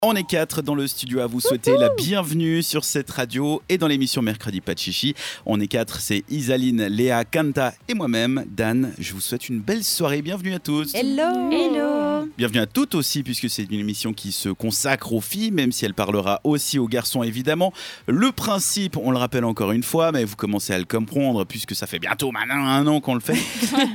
On est 4 dans le studio à vous souhaiter la bienvenue sur cette radio et dans l'émission Mercredi Pas de Chichi. On est 4, c'est Isaline, Léa, Kanta et moi-même, Dan. Je vous souhaite une belle soirée. Bienvenue à tous. Hello. Hello. Bienvenue à toutes aussi, puisque c'est une émission qui se consacre aux filles, même si elle parlera aussi aux garçons évidemment. Le principe, on le rappelle encore une fois, mais vous commencez à le comprendre, puisque ça fait bientôt maintenant 1 an qu'on le fait.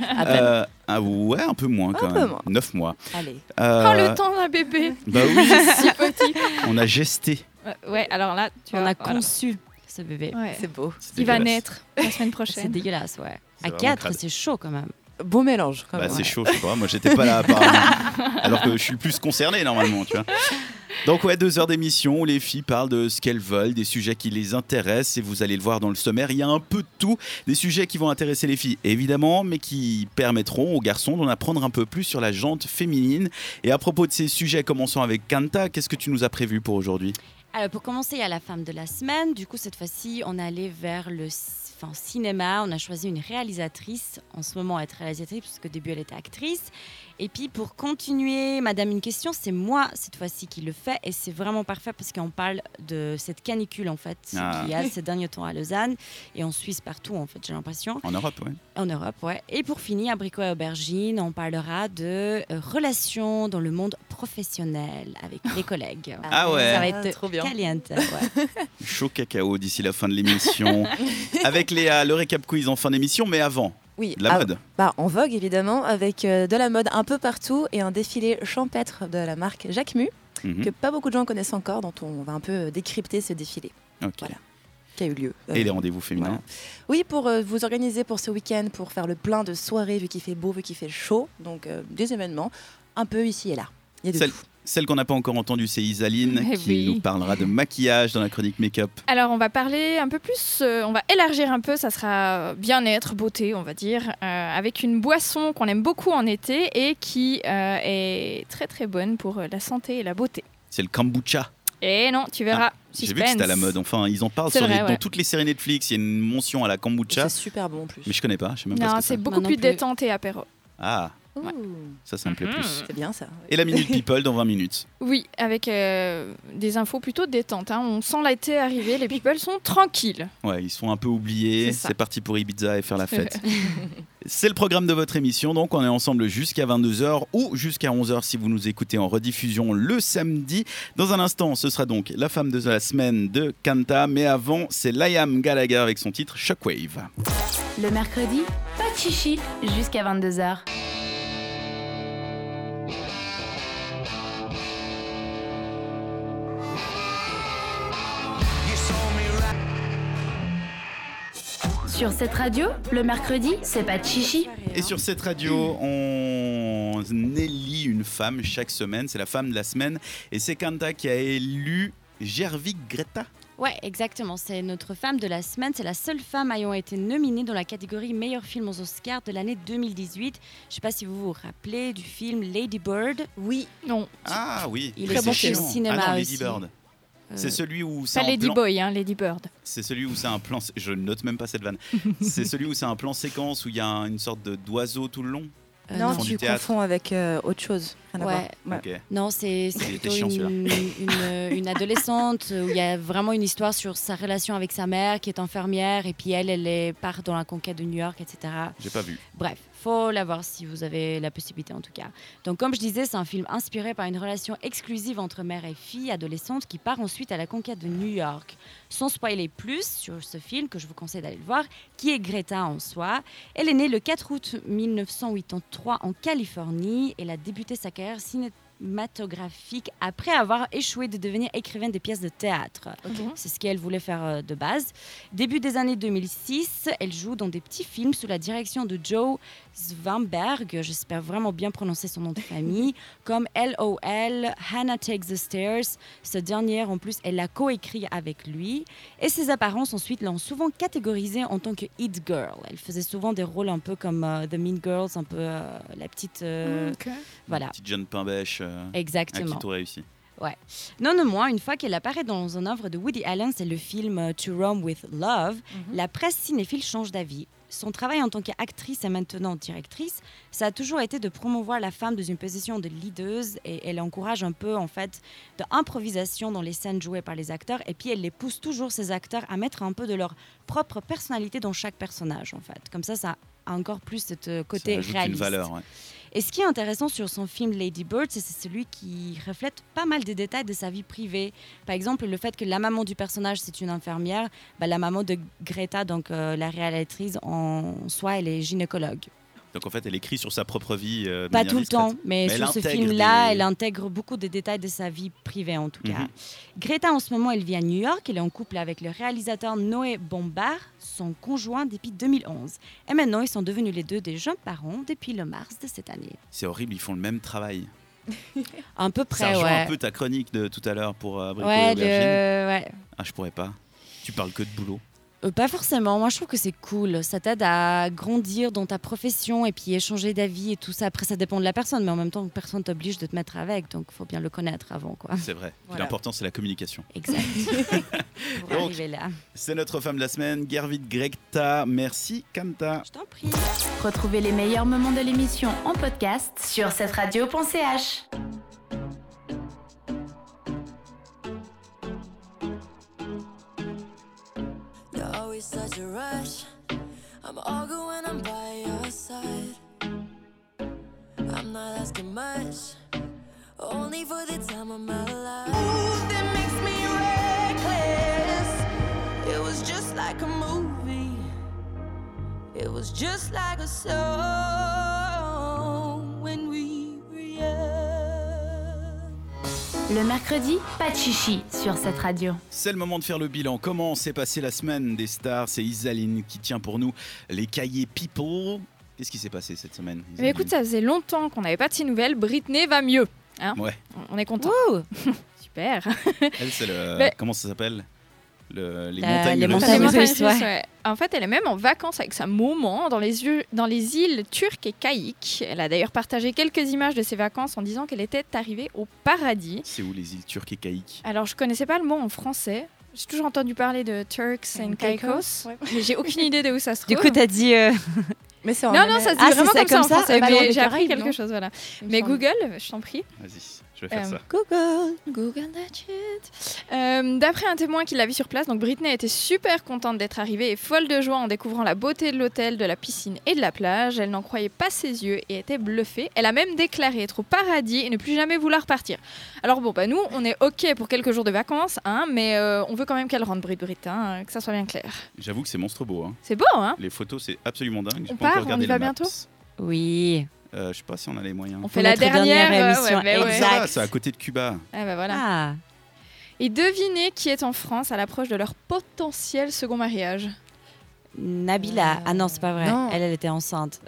Ouais, un peu moins quand même. 9 mois. Allez. Le temps d'un bébé. Bah oui. Si petit. On a gesté. Ouais, alors là, on a conçu ce bébé. Ouais. C'est beau. Il va naître la semaine prochaine. C'est dégueulasse, ouais. C'est À vraiment 4, crade. c'est chaud quand même. Beau mélange quand même. C'est chaud, je sais pas. Moi, j'étais pas là apparemment. Alors que je suis le plus concerné normalement, tu vois. Donc 2 heures d'émission où les filles parlent de ce qu'elles veulent, des sujets qui les intéressent, et vous allez le voir dans le sommaire, il y a un peu de tout, des sujets qui vont intéresser les filles évidemment, mais qui permettront aux garçons d'en apprendre un peu plus sur la jante féminine. Et à propos de ces sujets, commençons avec Kanta. Qu'est-ce que tu nous as prévu pour aujourd'hui ? Alors pour commencer, il y a la femme de la semaine. Du coup, cette fois-ci, on est allé vers le cinéma. On a choisi une réalisatrice. En ce moment, elle est réalisatrice parce qu'au début, elle était actrice. Et puis pour continuer, Madame une question, c'est moi cette fois-ci qui le fais. Et c'est vraiment parfait parce qu'on parle de cette canicule en fait qu'il y a ces derniers temps à Lausanne et en Suisse partout en fait, j'ai l'impression. En Europe, ouais. En Europe, ouais. Et pour finir, abricot et aubergine, on parlera de relations dans le monde professionnel avec les collègues. Ah ouais. Ça va être trop bien. caliente. Ouais. Chaud cacao d'ici la fin de l'émission. Avec Léa, le récap quiz en fin d'émission, mais avant. Oui, De la mode. En vogue évidemment, avec de la mode un peu partout et un défilé champêtre de la marque Jacquemus, que pas beaucoup de gens connaissent encore, dont on va un peu décrypter ce défilé. Ok. Voilà. Qui a eu lieu. Et les rendez-vous féminins. Voilà. Oui, pour vous organiser pour ce week-end, pour faire le plein de soirées, vu qu'il fait beau, vu qu'il fait chaud. Donc des événements, un peu ici et là. Il y a de tout. Celle qu'on n'a pas encore entendue, c'est Isaline qui nous parlera de maquillage dans la chronique make-up. Alors, on va parler un peu plus, on va élargir un peu, ça sera bien-être, beauté, on va dire, avec une boisson qu'on aime beaucoup en été et qui est très très bonne pour la santé et la beauté. C'est le kombucha. Et non, tu verras. J'ai vu que c'était à la mode. Enfin, ils en parlent dans toutes les séries Netflix. Il y a une mention à la kombucha. C'est super bon en plus. Mais je connais pas. Je sais même pas Non, ce que c'est c'est. beaucoup plus détente et apéro. Ah, Ouais. ça me plaît plus. C'est bien ça. Et la Minute People dans 20 minutes. Oui, avec des infos plutôt détentes. On sent l'été arriver, les people sont tranquilles. Ouais, ils sont un peu oubliés. C'est ça. C'est parti pour Ibiza et faire la fête. C'est le programme de votre émission. Donc, on est ensemble jusqu'à 22h ou jusqu'à 11h si vous nous écoutez en rediffusion le samedi. Dans un instant, ce sera donc la femme de la semaine de Kanta. Mais avant, c'est Liam Gallagher avec son titre Shockwave. Le mercredi, pas de chichi jusqu'à 22h. Sur cette radio, le mercredi, c'est pas de chichi. Et sur cette radio, on élit une femme chaque semaine. C'est la femme de la semaine. Et c'est Kanta qui a élu Gerwig Greta. Ouais, exactement. C'est notre femme de la semaine. C'est la seule femme ayant été nominée dans la catégorie meilleur film aux Oscars de l'année 2018. Je ne sais pas si vous vous rappelez du film Lady Bird. Oui. Non. Ah oui. Il Très est bon sorti au film. cinéma Ah non, aussi. Lady Bird. C'est celui où c'est Pas un Lady plan... Boy, Lady Bird. C'est celui où c'est un plan... Je note même pas cette vanne. C'est celui où c'est un plan séquence où il y a une sorte d'oiseau tout le long. Non, font tu du théâtre. confonds avec autre chose. Rien à Ouais. voir. Ok. Non, c'est Il était plutôt chiant, une adolescente où il y a vraiment une histoire sur sa relation avec sa mère qui est infirmière et puis elle part dans la conquête de New York, etc. J'ai pas vu. Bref, faut la voir si vous avez la possibilité en tout cas. Donc comme je disais, c'est un film inspiré par une relation exclusive entre mère et fille adolescente qui part ensuite à la conquête de New York. Sans spoiler plus sur ce film, que je vous conseille d'aller le voir, qui est Greta en soi. Elle est née le 4 août 1983 en Californie. Elle a débuté sa carrière cinématographique après avoir échoué de devenir écrivaine des pièces de théâtre. C'est ce qu'elle voulait faire de base. Début des années 2006, elle joue dans des petits films sous la direction de Joe Svanberg, j'espère vraiment bien prononcer son nom de famille, comme LOL, Hannah Takes the Stairs. Ce dernier, en plus, elle l'a coécrit avec lui. Et ses apparences, ensuite, l'ont souvent catégorisée en tant que It Girl. Elle faisait souvent des rôles un peu comme The Mean Girls, un peu la petite... Voilà. Petite jeune pain bêche Exactement. à qui tout réussit. Ouais. Non, moins, une fois qu'elle apparaît dans une œuvre de Woody Allen, c'est le film To Rome with Love, la presse cinéphile change d'avis. Son travail en tant qu'actrice et maintenant directrice, ça a toujours été de promouvoir la femme dans une position de leaduse et elle encourage un peu en fait de improvisation dans les scènes jouées par les acteurs et puis elle les pousse toujours ces acteurs à mettre un peu de leur propre personnalité dans chaque personnage en fait. Comme ça a encore plus ce côté ça ajoute réaliste. une valeur, ouais. Et ce qui est intéressant sur son film Lady Bird, c'est celui qui reflète pas mal des détails de sa vie privée. Par exemple, le fait que la maman du personnage, c'est une infirmière. La maman de Greta, donc la réalisatrice, en soi, elle est gynécologue. Donc en fait, elle écrit sur sa propre vie. De Pas manière tout le discrète. temps, mais sur ce film-là, elle intègre beaucoup de détails de sa vie privée en tout cas. Greta, en ce moment, elle vit à New York. Elle est en couple avec le réalisateur Noé Baumbach, son conjoint depuis 2011. Et maintenant, ils sont devenus les deux des jeunes parents depuis le mars de cette année. C'est horrible, ils font le même travail. À peu près, ça rejoint ouais. un peu ta chronique de tout à l'heure pour Abricot Ouais, et Aubergine. ouais. Ah, je pourrais pas. Tu parles que de boulot. Pas forcément. Moi, je trouve que c'est cool. Ça t'aide à grandir dans ta profession et puis échanger d'avis et tout ça. Après, ça dépend de la personne, mais en même temps, personne t'oblige de te mettre avec. Donc, il faut bien le connaître avant, quoi. C'est vrai. Voilà. L'important, c'est la communication. Exact. Pour Donc, arriver là. C'est notre femme de la semaine, Gervit Greta. Merci, Kanta. Je t'en prie. Retrouvez les meilleurs moments de l'émission en podcast sur cetteradio.ch. Always such a rush. I'm all good when I'm by your side. I'm not asking much, only for the time of my life. Ooh, that makes me reckless. It was just like a movie. It was just like a song when we were young. Le mercredi, pas de chichi sur cette radio. C'est le moment de faire le bilan. Comment s'est passée la semaine des stars? C'est Isaline qui tient pour nous les cahiers People. Qu'est-ce qui s'est passé cette semaine, Isaline? Mais écoute, ça faisait longtemps qu'on n'avait pas de ces nouvelles. Britney va mieux. Hein, Ouais. On est content. Super. Elle, c'est le... Mais- Comment ça s'appelle les les montagnes montagnes russes. Les montagnes russes, russes, ouais. ouais. En fait, elle est même en vacances avec sa maman dans les îles turques et caïques. Elle a d'ailleurs partagé quelques images de ses vacances en disant qu'elle était arrivée au paradis. C'est où les îles turques et caïques? Alors, je connaissais pas le mot en français. J'ai toujours entendu parler de Turks and Caicos, ouais. mais j'ai aucune idée de où ça se trouve. Du coup, t'as dit. Mais c'est en non, ça se dit Ah, vraiment c'est ça, comme ça en comme ça, français, pas loin mais des j'ai appris Caraïbes, quelque non chose, voilà. Il me Mais semble. Google, je t'en prie. Vas-y, je vais faire ça. Google that shit. D'après un témoin qui l'a vu sur place, donc Britney était super contente d'être arrivée et folle de joie en découvrant la beauté de l'hôtel, de la piscine et de la plage. Elle n'en croyait pas ses yeux et était bluffée. Elle a même déclaré être au paradis et ne plus jamais vouloir partir. Alors bon, nous, on est ok pour quelques jours de vacances, hein, mais on veut quand même qu'elle rentre, Brit, hein, que ça soit bien clair. J'avoue que c'est monstrueux beau. Hein. C'est beau, hein? Les photos, c'est absolument dingue. J'ai On pas encore part, on regardé y va les maps. bientôt? Oui. Je sais pas si on a les moyens. On fait la notre dernière émission, mais ouais. Ça va, c'est à côté de Cuba. Ah bah voilà. Ah. Et devinez qui est en France à l'approche de leur potentiel second mariage. Nabila. Ah non, c'est pas vrai. Non. Elle était enceinte.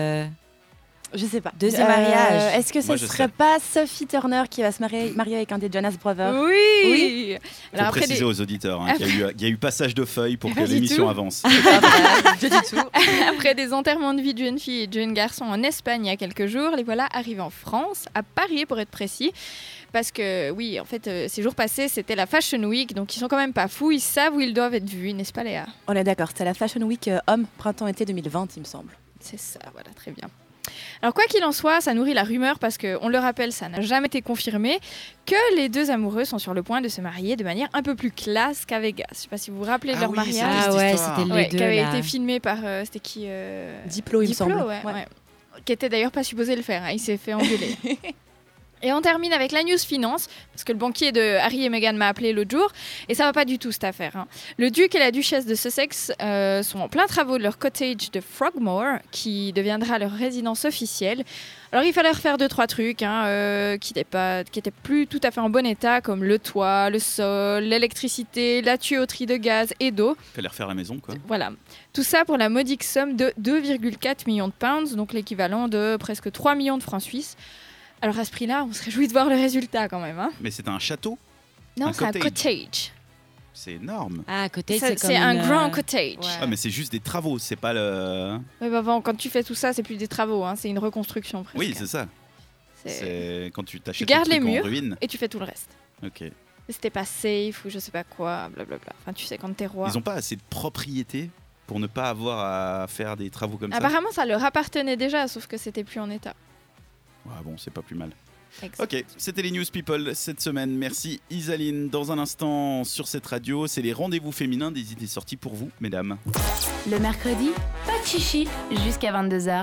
Je sais pas. Deuxième mariage. Est-ce que ce Moi, je serait sais. pas Sophie Turner qui va se marier avec un des Jonas Brothers? Oui. Il faut préciser aux auditeurs hein, qu'il y a eu passage de feuilles pour que Pas du l'émission tout. avance. Je dis tout. Après des enterrements de vie de jeunes filles et de jeunes garçons en Espagne il y a quelques jours, les voilà arrivés en France, à Paris pour être précis. Parce que oui, en fait, ces jours passés, c'était la Fashion Week, donc ils sont quand même pas fous, ils savent où ils doivent être vus, n'est-ce pas Léa? On est d'accord, c'était la Fashion Week homme printemps-été 2020, il me semble. C'est ça, voilà, très bien. Alors quoi qu'il en soit, ça nourrit la rumeur parce qu'on le rappelle, ça n'a jamais été confirmé, que les deux amoureux sont sur le point de se marier de manière un peu plus classe qu'à Vegas. Je sais pas si vous vous rappelez de Ah leur oui, mariage. c'est Ah cette ouais, histoire. c'était les Ouais, deux qui avait là. été filmé par c'était qui Diplo, il me semble. Ouais. Ouais. Qui était d'ailleurs pas supposé le faire, hein, il s'est fait engueuler. Et on termine avec la news finance, parce que le banquier de Harry et Meghan m'a appelé l'autre jour, et ça va pas du tout cette affaire. Hein. Le duc et la duchesse de Sussex sont en plein travaux de leur cottage de Frogmore, qui deviendra leur résidence officielle. Alors il fallait refaire 2-3 trucs qui étaient plus tout à fait en bon état, comme le toit, le sol, l'électricité, la tuyauterie de gaz et d'eau. Fallait refaire la maison, quoi. Voilà. Tout ça pour la modique somme de 2,4 millions de pounds, donc l'équivalent de presque 3 millions de francs suisses. Alors à ce prix-là, on se réjouit de voir le résultat quand même. Hein. Mais c'était un château. Non, Un c'est un cottage. cottage. C'est énorme. Ah, à côté, Ça, c'est comme c'est un une, grand cottage. ouais. Ah, mais c'est juste des travaux, c'est pas le. Ouais, bah bon, quand tu fais tout ça, c'est plus des travaux, hein, c'est une reconstruction presque. Oui, c'est ça. C'est- C'est quand tu t'achètes gardes le truc les en murs. ruine. Et tu fais tout le reste. Ok. C'était pas safe ou je sais pas quoi, blablabla. Enfin, tu sais, quand t'es roi. Ils ont pas assez de propriété pour ne pas avoir à faire des travaux comme ça. Apparemment, ça leur appartenait déjà, sauf que c'était plus en état. Ouais, bon, c'est pas plus mal. Exact. Ok, c'était les News People cette semaine. Merci Isaline. Dans un instant sur cette radio, c'est les rendez-vous féminins des idées sorties pour vous, mesdames. Le mercredi, pas de chichi jusqu'à 22h.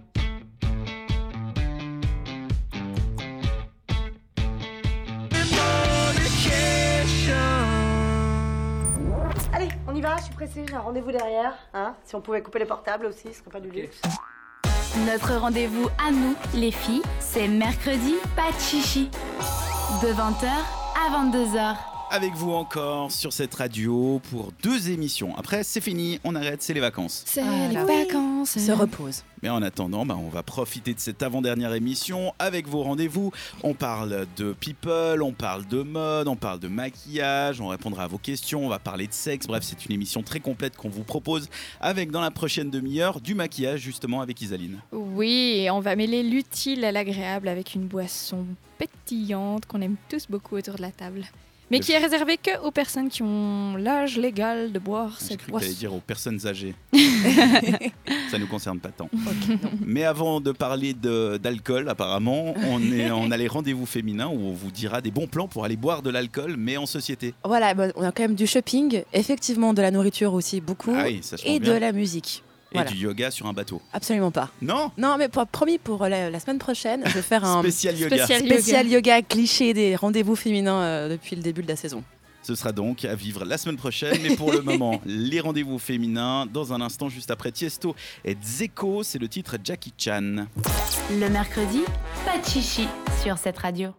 Allez, on y va, je suis pressée, j'ai un rendez-vous derrière. Hein, si on pouvait couper les portables aussi, ce serait pas du luxe. Notre rendez-vous à nous, les filles, c'est mercredi, pas de chichi. De 20h à 22h. Avec vous encore sur cette radio pour 2 émissions. Après, c'est fini, on arrête, c'est les vacances. C'est les vacances. Se repose. Mais en attendant, on va profiter de cette avant-dernière émission avec vos rendez-vous. On parle de people, on parle de mode, on parle de maquillage, on répondra à vos questions, on va parler de sexe. Bref, c'est une émission très complète qu'on vous propose avec dans la prochaine demi-heure du maquillage justement avec Isaline. Oui, et on va mêler l'utile à l'agréable avec une boisson pétillante qu'on aime tous beaucoup autour de la table. Mais qui est réservée que aux personnes qui ont l'âge légal de boire J'ai cette cru que boisson. t'allais dire aux personnes âgées. Ça nous concerne pas tant. Mais avant de parler d'alcool, apparemment, on a les rendez-vous féminins où on vous dira des bons plans pour aller boire de l'alcool, mais en société. Voilà, on a quand même du shopping, effectivement de la nourriture aussi beaucoup, Ah oui, ça se et pense de bien. la musique. Et Voilà. du yoga sur un bateau. Absolument pas. Non, Non, mais promis, pour la semaine prochaine, je vais faire un spécial yoga. spécial yoga cliché des rendez-vous féminins depuis le début de la saison. Ce sera donc à vivre la semaine prochaine, mais pour le moment, les rendez-vous féminins. Dans un instant, juste après Tiesto et Dzeko, c'est le titre Jackie Chan. Le mercredi, pas de chichi sur cette radio.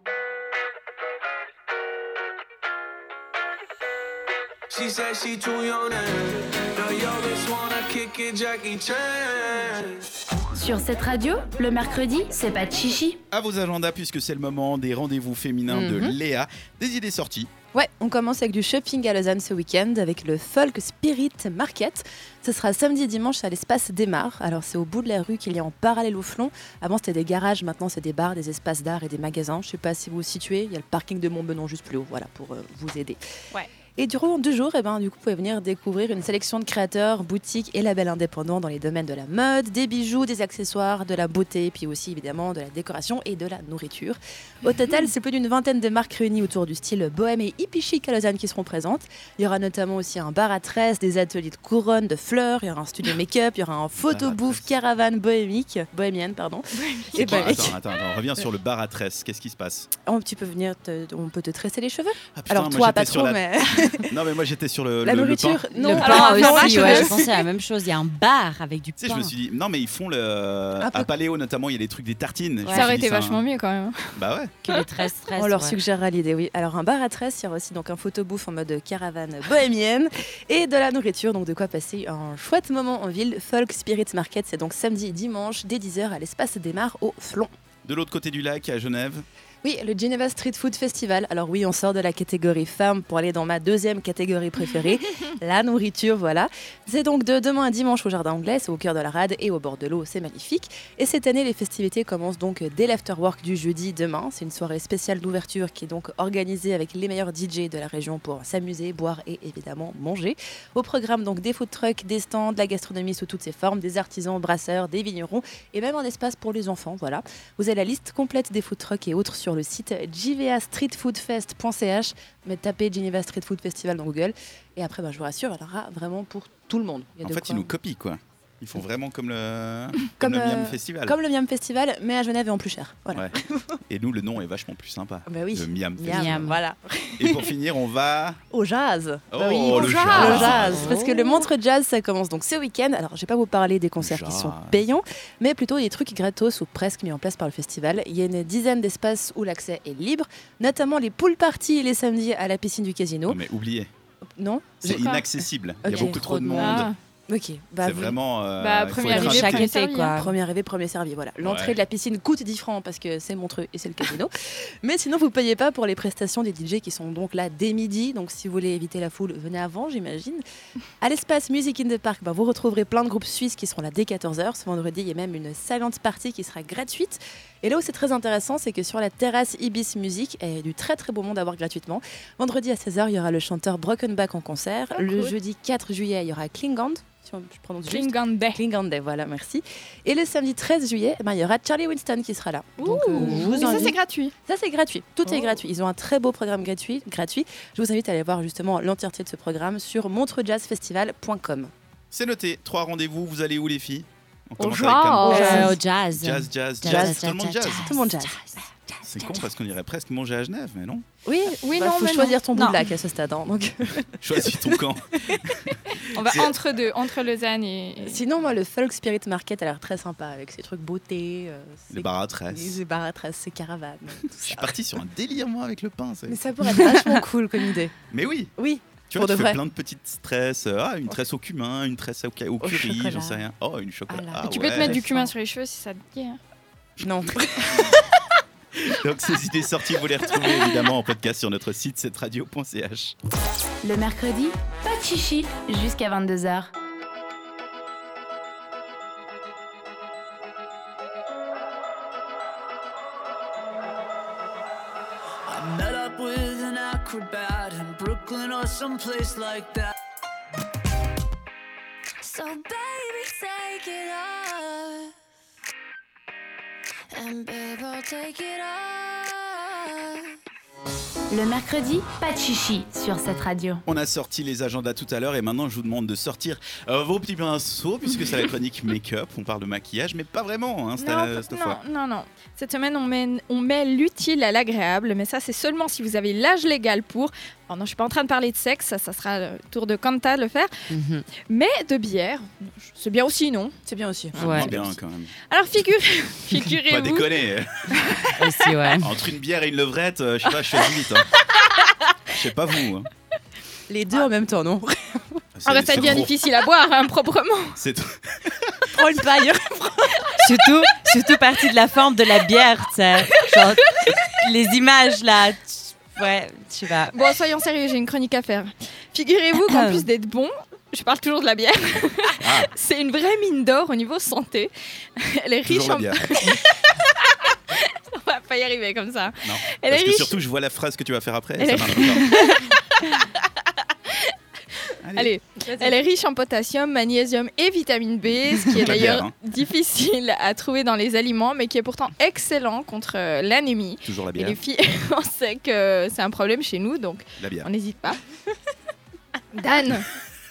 She said she too young now. The youngest wanna kick it, Jackie Chan. Sur cette radio, le mercredi, c'est pas de chichi. À vos agendas, puisque c'est le moment des rendez-vous féminins de Léa. Des idées sorties. Ouais, on commence avec du shopping à Lausanne ce week-end avec le Folk Spirit Market. Ce sera samedi et dimanche à l'espace Desmar. Alors c'est au bout de la rue qu'il y a en parallèle au Flon. Avant c'était des garages, maintenant c'est des bars, des espaces d'art et des magasins. Je sais pas si vous vous situez, il y a le parking de Montbenon juste plus haut, voilà, pour vous aider. Ouais. Et durant 2 jours, du coup, vous pouvez venir découvrir une sélection de créateurs, boutiques et labels indépendants dans les domaines de la mode, des bijoux, des accessoires, de la beauté, puis aussi évidemment de la décoration et de la nourriture. Au total, c'est plus d'une vingtaine de marques réunies autour du style bohème et hippie chic à Lausanne qui seront présentes. Il y aura notamment aussi un bar à tresses, des ateliers de couronne, de fleurs, il y aura un studio make-up, il y aura un photo-bouffe caravane bohémienne. C'est Et quoi ben, attends, on revient sur le bar à tresse. Qu'est-ce qui se passe? tu peux venir, on peut te tresser les cheveux. Ah, putain, Alors moi, toi, j'étais pas sur trop, la- mais Non, mais moi j'étais sur le la le nourriture, pain. non. Le Alors, pain alors, aussi, alors, ouais, je- je pensais à la même chose. Il y a un bar avec du Tu sais, pain. je me suis dit, non, mais ils font peu. à Paléo notamment, il y a des trucs, des tartines. Je me Ça suis aurait dit, été vachement mieux quand même. Bah ouais. Que les tresses. On leur ouais. suggérera l'idée, oui. Alors un bar à tresses, il y aura aussi donc un photo-bouffe en mode caravane bohémienne et de la nourriture, donc de quoi passer un chouette moment en ville. Folk Spirit Market, c'est donc samedi et dimanche dès 10h à l'espace Desmar au Flon. De l'autre côté du lac, à Genève. Oui, le Geneva Street Food Festival. Alors oui, on sort de la catégorie femmes pour aller dans ma deuxième catégorie préférée, la nourriture, voilà. C'est donc de demain à dimanche au Jardin Anglais, c'est au cœur de la rade et au bord de l'eau, c'est magnifique. Et cette année, les festivités commencent donc dès l'afterwork du jeudi demain. C'est une soirée spéciale d'ouverture qui est donc organisée avec les meilleurs DJ de la région pour s'amuser, boire et évidemment manger. Au programme donc des food trucks, des stands, de la gastronomie sous toutes ses formes, des artisans, brasseurs, des vignerons et même un espace pour les enfants, voilà. Vous avez la liste complète des food trucks et autres sur le site jvastreetfoodfest.ch, mais tapez Geneva Street Food Festival dans Google et après je vous rassure, il y en aura vraiment pour tout le monde. Il y a En de fait, quoi. ils nous copient, quoi. Ils font vraiment comme le Comme, Miam Festival. Comme le Miam Festival, mais à Genève et en plus cher. Voilà. Ouais. Et nous, le nom est vachement plus sympa. Bah oui. Le Miam Miam, Festival. Miam. voilà. Et pour finir, on va... Au jazz. Oh, Bah oui, le au jazz. Le jazz. Parce que le Montreux Jazz, ça commence donc ce week-end. Alors, je vais pas vous parler des concerts qui sont Jazz. payants, mais plutôt des trucs gratos ou presque mis en place par le festival. Il y a une dizaine d'espaces où l'accès est libre, notamment les pool parties les samedis à la piscine du casino. Non, mais oubliez. Non C'est Pourquoi inaccessible. Il y Ok. a beaucoup trop de monde. Ah. Ok. Bah, C'est vous- vraiment... Bah, il faut premier être arrivé, invité. chaque premier été, servi, quoi. hein. Premier arrivé, premier servi, voilà. L'entrée Ouais. de la piscine coûte 10 francs parce que c'est Montreux et c'est le casino. Mais sinon, vous ne payez pas pour les prestations des DJ qui sont donc là dès midi. Donc si vous voulez éviter la foule, venez avant, j'imagine. À l'espace Music in the Park, vous retrouverez plein de groupes suisses qui seront là dès 14h. Ce vendredi, il y a même une silent party qui sera gratuite. Et là où c'est très intéressant, c'est que sur la terrasse Ibis Music, il y a du très très beau monde à voir gratuitement. Vendredi à 16h, il y aura le chanteur Brokenback en concert. Le cool. jeudi 4 juillet, il y aura Klingand. Si je prononce juste. Klingande. Klingande, voilà, merci. Et le samedi 13 juillet, il y aura Charlie Winston qui sera là. Donc, je vous Et ça, invite- c'est gratuit. Ça, c'est gratuit. Tout est Oh. gratuit. Ils ont un très beau programme gratuit. Je vous invite à aller voir justement l'entièreté de ce programme sur montrejazzfestival.com. C'est noté. 3 rendez-vous. Vous allez où, les filles? On commence jazz. avec Au jazz. Jazz. Jazz, Tout le monde jazz. Tout le monde jazz. C'est con parce qu'on irait presque manger à Genève, mais non. Oui, Oui, bah, non, faut mais choisir ton bout Non. de lac à ce stade. Hein, donc. Choisis ton camp. On va C'est- entre deux, entre Lausanne et. Sinon, moi, le Folk Spirit Market a l'air très sympa avec ses trucs beauté. Le bar à tresse. Les bars à tresse, ses caravanes. Tout Je suis ça. parti sur un délire, moi, avec le pain. Mais ça pourrait être vachement cool comme idée. Mais oui. Oui. Tu vois, Pour tu de fais vrai. plein de petites tresses. Une tresse au cumin, une tresse au curry, chocolat. j'en sais rien. Oh, une chocolat. Ah là. Ah, Tu ouais. peux te mettre du Très cumin fort. sur les cheveux si ça te dit. Hein. Non. Donc, ces idées sorties, vous les retrouvez évidemment en podcast sur notre site cetteradio.ch. Le mercredi, pas de chichi jusqu'à 22h. I met up with an acrobat in Brooklyn or someplace like that. So baby, take it off. And babe, I'll take it off. Le mercredi, pas de chichi sur cette radio. On a sorti les agendas tout à l'heure et maintenant je vous demande de sortir vos petits pinceaux puisque c'est la chronique make-up. On parle de maquillage, mais pas vraiment hein, cette fois. Non. Cette semaine, on met l'utile à l'agréable, mais ça, c'est seulement si vous avez l'âge légal pour. Alors non, je suis pas en train de parler de sexe, ça sera le tour de Kanta de le faire. Mais de bière, c'est bien aussi, non? C'est bien aussi. Ah, Ouais. c'est bien quand même. Alors Pas figurez-vous. déconner. Aussi, ouais. Entre une bière et une levrette, je sais pas, je choisis vite. Hein. Je sais pas vous. Hein. Les deux en même temps, non? Ah bah, ça devient difficile à boire, hein, proprement. C'est Prends une paille. Surtout partie de la forme de la bière, tu sais. Genre, les images, là. Ouais, je sais pas. Bon, soyons sérieux, j'ai une chronique à faire. Figurez-vous qu'en plus d'être bon, je parle toujours de la bière, Ah. c'est une vraie mine d'or au niveau santé. Elle est riche toujours la en... bière. On va pas y arriver comme ça. Non. Elle Parce est que riche. surtout, je vois la phrase que tu vas faire après. Elle Ça est- marche pas. Allez, elle est riche en potassium, magnésium et vitamine B, ce qui est La d'ailleurs bière, hein. difficile à trouver dans les aliments, mais qui est pourtant excellent contre l'anémie. Toujours la Et bière. les filles, on sait que c'est un problème chez nous, donc La bière. on n'hésite pas. Dan,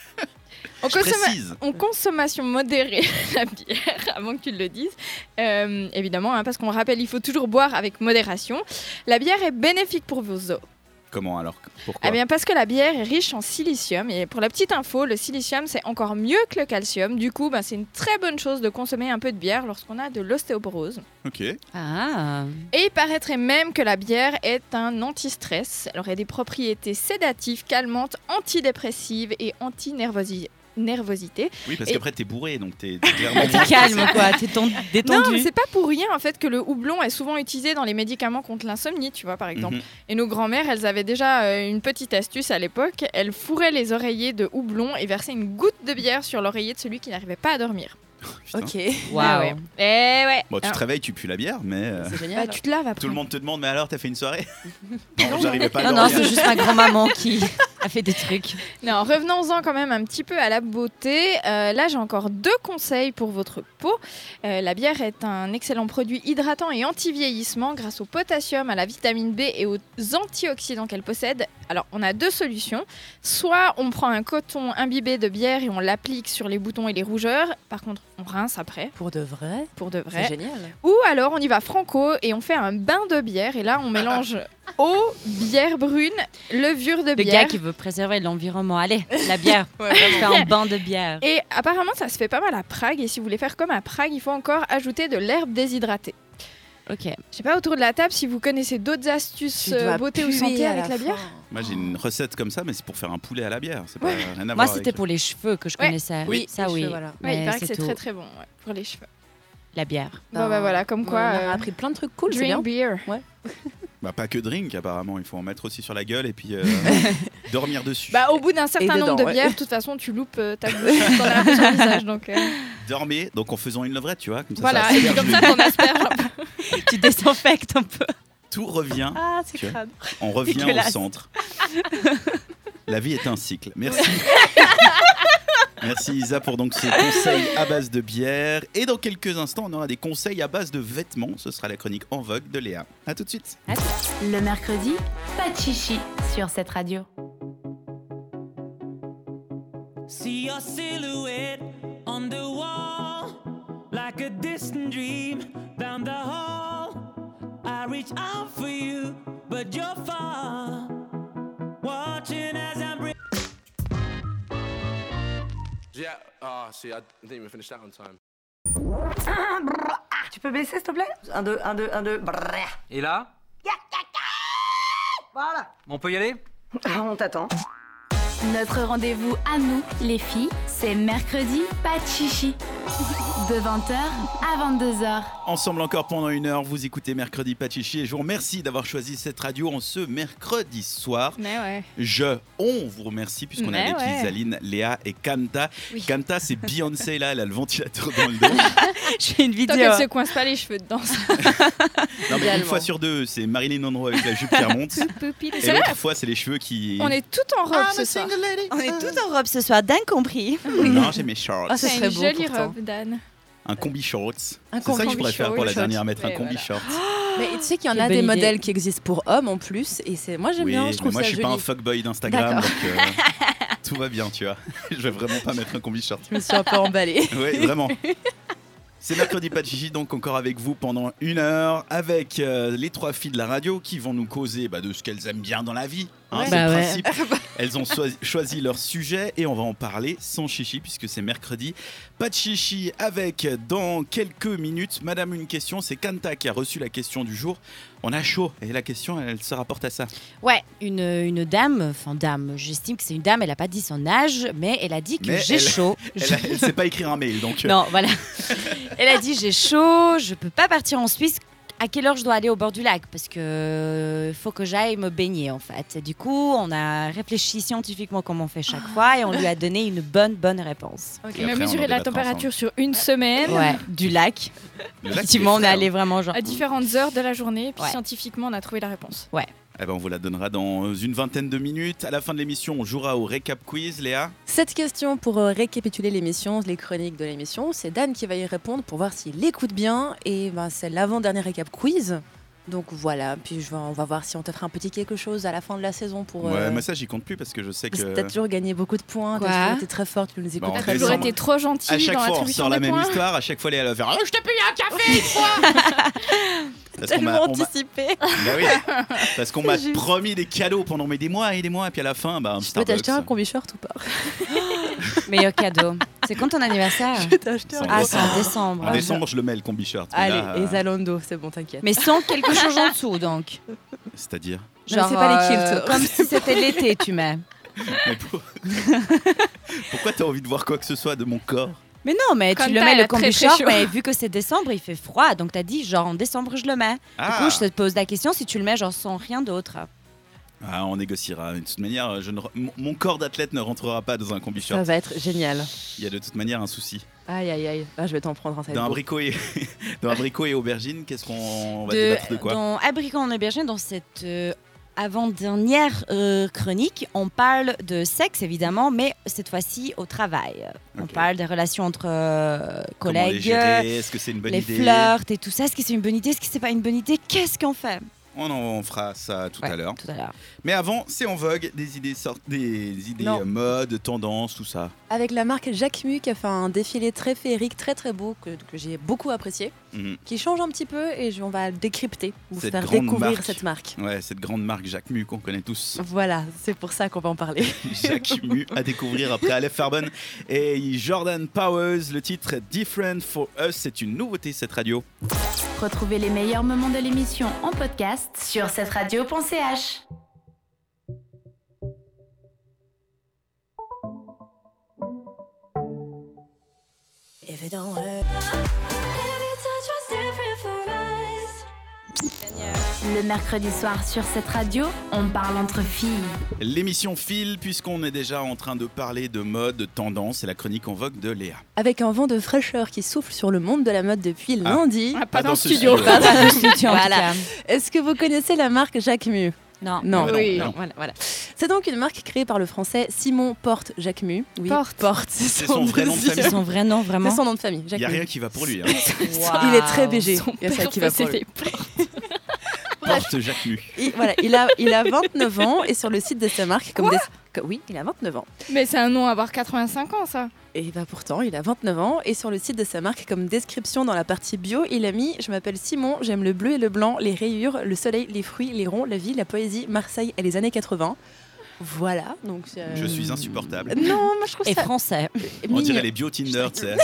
Je précise. en consommation modérée la bière, avant que tu le dises, évidemment, hein, parce qu'on rappelle, il faut toujours boire avec modération. La bière est bénéfique pour vos os. Comment alors? Pourquoi? Eh bien, parce que la bière est riche en silicium. Et pour la petite info, le silicium, c'est encore mieux que le calcium. Du coup, c'est une très bonne chose de consommer un peu de bière lorsqu'on a de l'ostéoporose. Ok. Ah. Et il paraîtrait même que la bière est un anti-stress. Elle aurait des propriétés sédatives, calmantes, antidépressives et anti-nervosité. Oui, parce Et- qu'après, t'es bourré, donc t'es clairement. T'es calme, quoi. T'es détendu. Non, mais c'est pas pour rien en fait que le houblon est souvent utilisé dans les médicaments contre l'insomnie, tu vois, par exemple. Mhm. Et nos grands-mères, elles avaient déjà une petite astuce à l'époque. Elles fourraient les oreillers de houblon et versaient une goutte de bière sur l'oreiller de celui qui n'arrivait pas à dormir. Putain. Ok. Waouh. Ah ouais. Eh ouais. Bon, tu Alors, te réveilles, tu pues la bière, mais C'est génial. tu te laves après. tout le monde te demande, mais alors, t'as fait une soirée? Non, j'arrivais pas à Non, non, dormir. c'est juste ma grand-maman qui a fait des trucs. Non, revenons-en quand même un petit peu à la beauté. Là, j'ai encore 2 conseils pour votre peau. La bière est un excellent produit hydratant et anti-vieillissement grâce au potassium, à la vitamine B et aux antioxydants qu'elle possède. Alors, on a 2 solutions. Soit on prend un coton imbibé de bière et on l'applique sur les boutons et les rougeurs. Par contre, on rince après, Pour de vrai. pour de C'est vrai. génial. Ou alors, on y va franco et on fait un bain de bière. Et là, on mélange eau, bière brune, levure de Le bière. gars qui veut préserver l'environnement. Allez, la bière. Fais un bain de bière. Et apparemment, ça se fait pas mal à Prague. Et si vous voulez faire comme à Prague, il faut encore ajouter de l'herbe déshydratée. Ok. Je sais pas autour de la table si vous connaissez d'autres astuces Tu dois beauté ou puer santé à avec la bière. fin. Moi, j'ai une recette comme ça, mais c'est pour faire un poulet à la bière. C'est pas Ouais. rien à Moi, voir c'était avec- pour les cheveux que je Ouais. connaissais. Oui. Ça, Les oui. cheveux, voilà. Ouais, Mais il paraît que c'est tout. très très bon pour les cheveux. La bière. Bon, bah voilà, comme quoi. On a appris plein de trucs cool, c'est bien. Drink beer. Bah, pas que drink, apparemment. Il faut en mettre aussi sur la gueule et puis dormir dessus. Bah, au bout d'un certain dedans, nombre de ouais. bières, de toute façon, tu loupes ta bouche. T'en as un peu sur le visage. Donc, dormez donc en faisant une levrette, tu vois. Comme ça, Voilà, ça et puis comme ça, t'en asperges un peu. Tu désinfectes un peu. tout revient. Ah, c'est Tu vois. crade. On revient Dégueulasse. au centre. La vie est un cycle. Merci. Merci Isa pour donc ces conseils à base de bière. Et dans quelques instants, on aura des conseils à base de vêtements. Ce sera la chronique En Vogue de Léa. À tout de suite. Le mercredi, pas de chichi sur cette radio. See your silhouette on the wall, like a distant dream down the hall. I reach out for you, but you're far. Watching as I'm. Yeah, see, I didn't even finish that on time. Tu peux baisser, s'il te plaît 1, 2, 1, 2, 1, 2. Et là Voilà. On peut y aller? On t'attend. Notre rendez-vous à nous, les filles, c'est mercredi, pas de chichi. De 20h à 22h. Ensemble encore pendant 1 heure, vous écoutez Mercredi Pachichi et je vous remercie d'avoir choisi cette radio en ce mercredi soir. Mais ouais. On vous remercie puisqu'on est Mais avec ouais. Isaline, Léa et Kanta. Oui. Kanta, c'est Beyoncé là, elle a le ventilateur dans le dos. Je fais une Tant vidéo. qu'elle se coince pas les cheveux dedans. Non, mais une Idéalement. fois sur deux, c'est Marilyn Monroe avec la jupe qui remonte. Et C'est vrai, l'autre fois, c'est les cheveux qui. on est tout en robe ce soir. On est tout en robe ce soir, d'incompris. Non, j'ai mes shorts. Ah, ça C'est serait une beau, jolie pourtant. robe, Dan. Un combi shorts. Un C'est ça que je combi pourrais faire pour la shorts. dernière, mettre un Ouais, combi voilà. shorts. Mais tu sais qu'il y en Quelle a des bonne idée. modèles qui existent pour hommes en plus. Et c'est moi j'aime Oui, bien, mais je trouve moi ça je suis joli. pas un fuckboy d'Instagram, D'accord. donc tout va bien, tu vois. Je vais vraiment pas mettre un combi short. Je me suis un peu emballée. Oui, vraiment. C'est mercredi pas de chichi, donc encore avec vous pendant 1 heure, avec les 3 filles de la radio qui vont nous causer de ce qu'elles aiment bien dans la vie. Hein, Ouais. c'est Bah le ouais. principe. Elles ont choisi leur sujet et on va en parler sans chichi puisque c'est mercredi. Pas de chichi avec, dans quelques minutes, Madame une question. C'est Kanta qui a reçu la question du jour. On a chaud et la question, elle se rapporte à ça. Ouais, une dame, j'estime que c'est une dame, elle a pas dit son âge, mais elle a dit que Mais j'ai chaud. Elle sait pas écrire un mail, donc... Non, voilà. Elle a dit j'ai chaud, je peux pas partir en Suisse. À quelle heure je dois aller au bord du lac? Parce que faut que j'aille me baigner en fait. Et du coup, on a réfléchi scientifiquement comme on fait chaque fois et on lui a donné une bonne réponse. Et Il a après, on mesuré en la débattra température sur 1 semaine. Ouais, du lac. Le lac, Effectivement, on c'est est frais, allé vraiment genre. À différentes heures de la journée, puis Ouais. scientifiquement, on a trouvé la réponse. Eh ben, on vous la donnera dans une vingtaine de minutes. À la fin de l'émission, on jouera au récap quiz, Léa. Cette question pour récapituler l'émission, les chroniques de l'émission, c'est Dan qui va y répondre pour voir s'il écoute bien. Et c'est l'avant-dernier récap quiz. Donc voilà, puis on va voir si on te fera un petit quelque chose à la fin de la saison pour Ouais, mais ça, j'y compte plus parce que je sais que... t'as toujours gagné beaucoup de points, Quoi t'as toujours été très forte, tu nous écoutes Bah, T'as en très toujours bien. décembre. été trop À gentil chaque dans fois, on l'attribution sort la des même points. histoire. À chaque fois, Léa, elle va faire « Je t'ai payé un café une fois !» Parce qu'on m'a- Tellement on m'a- anticipé. Bah oui, parce qu'on m'a C'est juste. promis des cadeaux pendant des mois et des mois, et puis à la fin, un Je peux Starbucks. t'acheter un combi short ou pas? Meilleur cadeau. C'est quand ton anniversaire? Je peux t'acheter Sans un Ah, décembre. c'est en décembre. En décembre, je le mets le combi shirt. mais Allez, là, et Zalando, c'est bon, t'inquiète. Mais sans quelque chose en dessous donc. C'est-à-dire Non, c'est pas les kilts. Comme si c'était l'été, tu mets. Mais pourquoi t'as envie de voir quoi que ce soit de mon corps? Mais non, mais Comme tu le t'as, mets elle le a très, combi très short, chaud. mais vu que c'est décembre, il fait froid. Donc t'as dit genre en décembre je le mets. Du coup, je te pose la question si tu le mets genre sans rien d'autre. Ah, on négociera. De toute manière, mon corps d'athlète ne rentrera pas dans un combi Ça short. va être génial. Il y a de toute manière un souci. Aïe, aïe, aïe. Ah, je vais t'en prendre un, ça va Dans être beau. abricot et dans abricot et aubergine, qu'est-ce qu'on va débattre de quoi? Dans Abricot en aubergine, dans cette avant-dernière chronique, on parle de sexe évidemment, mais cette fois-ci au travail. On Ok. parle des relations entre Comment les collègues, gérer? Est-ce que c'est une bonne les idée? flirts et tout ça. Est-ce que c'est une bonne idée? Est-ce que c'est pas une bonne idée? Qu'est-ce qu'on fait? On fera ça tout Ouais, à l'heure. Tout à l'heure. Mais avant, c'est en vogue, des idées Non. mode, tendance, tout ça. Avec la marque Jacquemus qui a fait un défilé très féerique, très très beau, que j'ai beaucoup apprécié, Mhm. qui change un petit peu et on va le décrypter, vous Cette faire grande découvrir marque. cette marque. Ouais, cette grande marque Jacquemus qu'on connaît tous. Voilà, c'est pour ça qu'on va en parler. Jacquemus à découvrir après Aleph Farben et Jordan Powers. Le titre Different for Us, c'est une nouveauté cette radio. Retrouvez les meilleurs moments de l'émission en podcast sur cette radio.ch. If it don't hurt, every touch was different for us. Le mercredi soir sur cette radio, on parle entre filles. L'émission file puisqu'on est déjà en train de parler de mode, de tendance et la chronique en vogue de Léa. Avec un vent de fraîcheur qui souffle sur le monde de la mode depuis lundi. Pas dans le ce studio. Pas dans le studio, en tout Voilà. cas. Est-ce que vous connaissez la marque Jacquemus ? Non. Non, Oui. non, voilà. C'est donc une marque créée par le français Simon Porte Jacquemus. Oui, Porte. C'est son vrai nom de deuxième- famille. C'est son vrai nom, vraiment. C'est son nom de famille, Il n'y Jacquemus. a rien qui va pour lui. Hein. Il est très BG. Son Il y a ça père qui va faisait pour lui. les portes. Porte Jacquemus. Il a 29 ans et sur le site de sa marque, oui, il a 29 ans. Mais c'est un nom à avoir 85 ans, ça. Et bah pourtant, il a 29 ans et sur le site de sa marque, comme description dans la partie bio, il a mis « Je m'appelle Simon, j'aime le bleu et le blanc, les rayures, le soleil, les fruits, les ronds, la vie, la poésie, Marseille et les années 80 ». Voilà, donc... Je suis insupportable. Non, moi je trouve Et ça français. On mignon. dirait les bio Tinder, tu sais.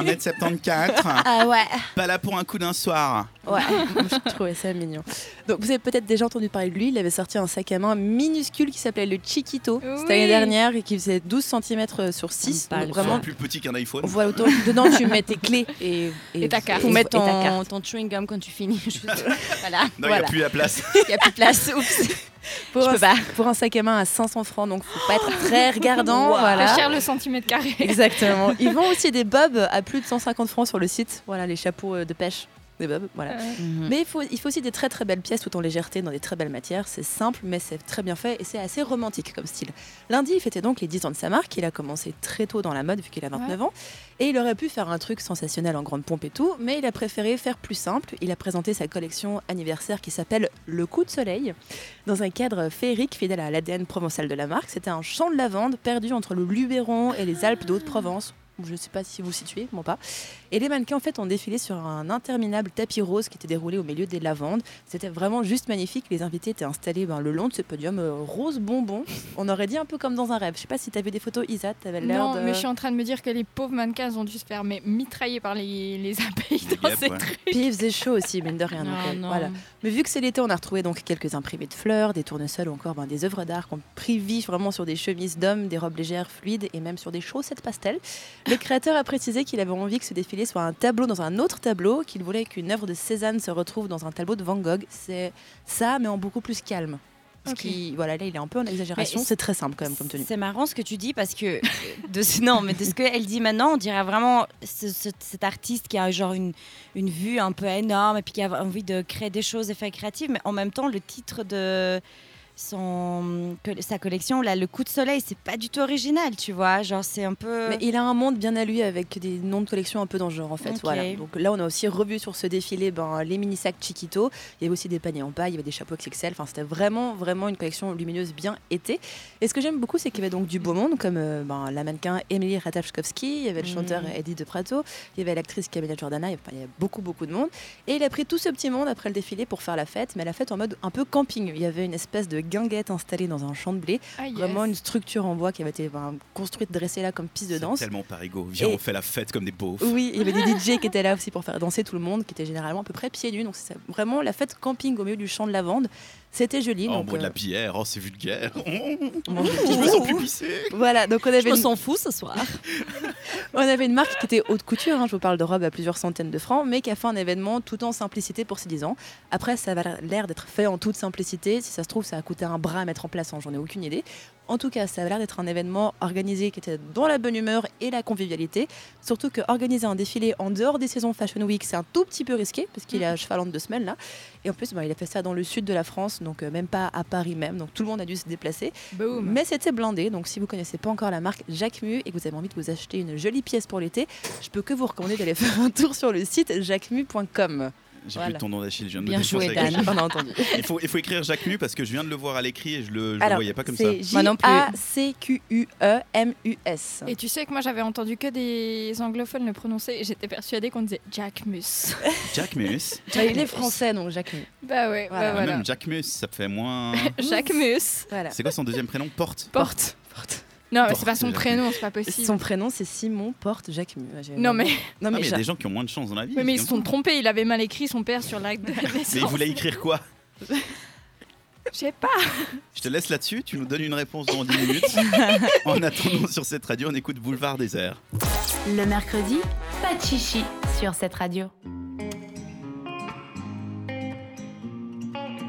1m74, Ah ouais. pas là pour un coup d'un soir. Ouais, moi, je trouvais ça mignon. Donc vous avez peut-être déjà entendu parler de lui, il avait sorti un sac à main minuscule qui s'appelait le Chiquito. Oui. C'était l'année dernière et qui faisait 12 cm sur 6. Pas Donc le vraiment, Plus petit qu'un iPhone. voilà, dedans tu mets tes clés et ta carte. pour mettre Et ta ton, carte. ton chewing gum quand tu finis. Voilà. Non, il n'y Voilà. a plus la place. Il n'y a plus de place. Oups. Pour Je un, peux pas. pour un sac à main à 500 francs, donc faut pas être très regardant. Wow. Voilà. C'est cher le centimètre carré. Exactement. Ils vendent aussi des bobs à plus de 150 francs sur le site. Voilà, les chapeaux de pêche. Des bobs, voilà. Mhm. Mais il faut aussi des très très belles pièces tout en légèreté dans des très belles matières. C'est simple, mais c'est très bien fait et c'est assez romantique comme style. Lundi, il fêtait donc les 10 ans de sa marque. Il a commencé très tôt dans la mode vu qu'il a 29 ans. Et il aurait pu faire un truc sensationnel en grande pompe et tout, mais il a préféré faire plus simple. Il a présenté sa collection anniversaire qui s'appelle Le Coup de Soleil, dans un cadre féerique fidèle à l'ADN provençal de la marque. C'était un champ de lavande perdu entre le Luberon et les Alpes de Haute-Provence. Je ne sais pas si vous situez, moi pas. Et les mannequins en fait ont défilé sur un interminable tapis rose qui était déroulé au milieu des lavandes. C'était vraiment juste magnifique. Les invités étaient installés le long de ce podium rose bonbon. On aurait dit un peu comme dans un rêve. Je sais pas si tu as vu des photos, Isa, tu avais l'air Non, de... mais je suis en train de me dire que les pauvres mannequins ont dû se faire mitrailler par les abeilles Les dans guêpes, ces ouais. trucs. Puis il faisait chaud aussi, mine de rien. donc, Non. voilà. Mais vu que c'est l'été, on a retrouvé donc quelques imprimés de fleurs, des tournesols ou encore des œuvres d'art qui ont pris vie vraiment sur des chemises d'hommes, des robes légères, fluides et même sur des chaussettes pastel. Le créateur a précisé qu'il avait envie que ce défilé soit un tableau dans un autre tableau, qu'il voulait qu'une œuvre de Cézanne se retrouve dans un tableau de Van Gogh. C'est ça, mais en beaucoup plus calme. Ce Ok. qui, voilà, là, il est un peu en exagération. Mais C'est très simple quand même comme tenue. C'est marrant ce que tu dis parce que de ce qu'elle dit maintenant, on dirait vraiment cet artiste qui a genre une vue un peu énorme et puis qui a envie de créer des choses, des faits créatifs, mais en même temps le titre de sa collection, là, Le Coup de Soleil, c'est pas du tout original, tu vois, genre c'est un peu... Mais il a un monde bien à lui avec des noms de collection un peu dans le genre en fait. Ok. Voilà. Donc là on a aussi revu sur ce défilé les mini sacs Chiquito. Il y avait aussi des paniers en paille, il y avait des chapeaux XXL. Enfin c'était vraiment une collection lumineuse bien été. Et ce que j'aime beaucoup c'est qu'il y avait donc du beau monde comme la mannequin Emily Ratajkowski, il y avait le chanteur Eddie De Prato, il y avait l'actrice Camilla Jordana. Il y a beaucoup de monde. Et il a pris tout ce petit monde après le défilé pour faire la fête, mais la fête en mode un peu camping. Il y avait une espèce de guinguette installée dans un champ de blé. Ah, yes. Vraiment une structure en bois qui avait été construite, dressée là comme piste de danse. C'est tellement parigo. Viens, Et- on fait la fête comme des beaufs. Oui, il y avait des DJ qui étaient là aussi pour faire danser tout le monde, qui étaient généralement à peu près pieds nus. Donc c'est vraiment la fête camping au milieu du champ de lavande. C'était joli. Oh, on donc, boit de la bière, oh c'est vulgaire. on mange des Je me petits- sens plus pissé. Voilà, donc on Je avait, me une, sens fou ce soir. on avait une marque qui était haute couture, je vous parle de robes à plusieurs centaines de francs, mais qui a fait un événement tout en simplicité pour ses 10 ans. Après, ça avait l'air d'être fait en toute simplicité. Si ça se trouve, ça a coûté un bras à mettre en place, j'en ai aucune idée. En tout cas, ça avait l'air d'être un événement organisé qui était dans la bonne humeur et la convivialité. Surtout que organiser un défilé en dehors des saisons Fashion Week, c'est un tout petit peu risqué, parce qu'il est à cheval entre 2 semaines là. Et en plus, il a fait ça dans le sud de la France, donc même pas à Paris même. Donc tout le monde a dû se déplacer. Boum. Mais c'était blindé, donc si vous connaissez pas encore la marque Jacquemus et que vous avez envie de vous acheter une jolie pièce pour l'été, je peux que vous recommander d'aller faire un tour sur le site jacquemus.com. J'ai Voilà. plus ton nom d'Achille, je viens de Bien me joué, défoncer avec Dan. le- On a entendu. Il faut écrire Jacquemus parce que je viens de le voir à l'écrit et je le Alors, voyais pas comme ça. c'est Moi non plus. Jacquemus. Et tu sais que moi j'avais entendu que des anglophones le prononcer et j'étais persuadée qu'on disait Jacquemus. Jacquemus. Il est français, donc Jacquemus. Bah ouais, Voilà. Ah, voilà. Même Jacquemus, ça fait moins. Jacquemus. Voilà. C'est quoi son deuxième prénom? Porte. Porte. Non, mais c'est pas Porte, son Jacquemus. prénom, c'est pas possible. Son prénom, c'est Simon Porte Jacquemus. Non, mais, Non, Ah, mais il y a Ja- des gens qui ont moins de chance dans la vie. mais ils c'est se sont comme ça. trompés, il avait mal écrit son père sur l'acte de naissance. Mais il voulait écrire quoi? Je sais pas. Je te laisse là-dessus, tu nous donnes une réponse dans 10 minutes. En attendant, sur cette radio, on écoute Boulevard Désert. Le mercredi, pas de chichi sur cette radio.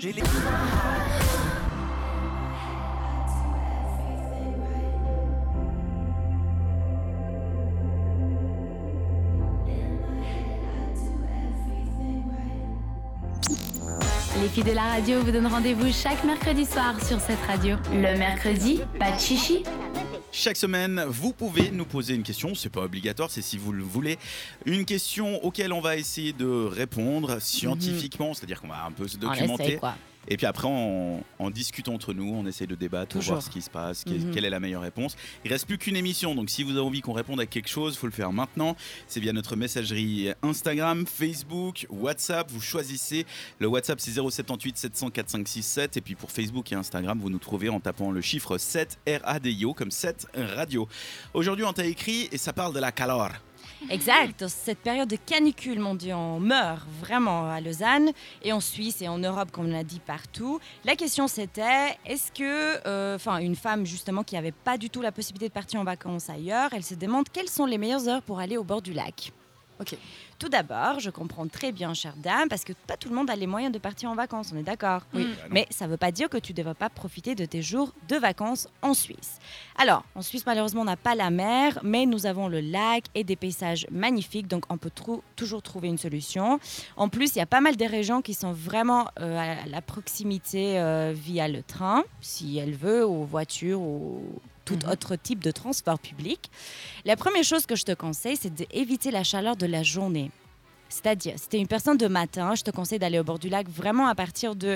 Les filles de la radio vous donnent rendez-vous chaque mercredi soir sur cette radio. Le mercredi, pas de chichi. Chaque semaine, vous pouvez nous poser une question, c'est pas obligatoire, c'est si vous le voulez. Une question auquel on va essayer de répondre scientifiquement, c'est-à-dire qu'on va un peu se documenter. On essaie, quoi. Et puis après, on discute entre nous, on essaie de débattre, pour voir ce qui se passe, quelle est la meilleure réponse. Il reste plus qu'une émission, donc si vous avez envie qu'on réponde à quelque chose, il faut le faire maintenant. C'est via notre messagerie Instagram, Facebook, WhatsApp. Vous choisissez. Le WhatsApp, c'est 078 700 4567. Et puis pour Facebook et Instagram, vous nous trouvez en tapant le chiffre 7 RADIO, comme 7 radio. Aujourd'hui, on t'a écrit et ça parle de la calor. Exact, dans cette période de canicule, mon Dieu, on meurt vraiment à Lausanne et en Suisse et en Europe, comme on l'a dit partout. La question c'était, est-ce que, une femme justement qui n'avait pas du tout la possibilité de partir en vacances ailleurs, elle se demande quelles sont les meilleures heures pour aller au bord du lac. Ok. Tout d'abord, je comprends très bien, chère dame, parce que pas tout le monde a les moyens de partir en vacances, on est d'accord. Oui. Mais ça ne veut pas dire que tu ne devrais pas profiter de tes jours de vacances en Suisse. Alors, en Suisse, malheureusement, on n'a pas la mer, mais nous avons le lac et des paysages magnifiques, donc on peut toujours trouver une solution. En plus, il y a pas mal de régions qui sont vraiment à la proximité via le train, si elle veut, ou voiture, ou tout autre type de transport public. La première chose que je te conseille, c'est d'éviter la chaleur de la journée. C'est-à-dire, si tu es une personne de matin, je te conseille d'aller au bord du lac vraiment à partir de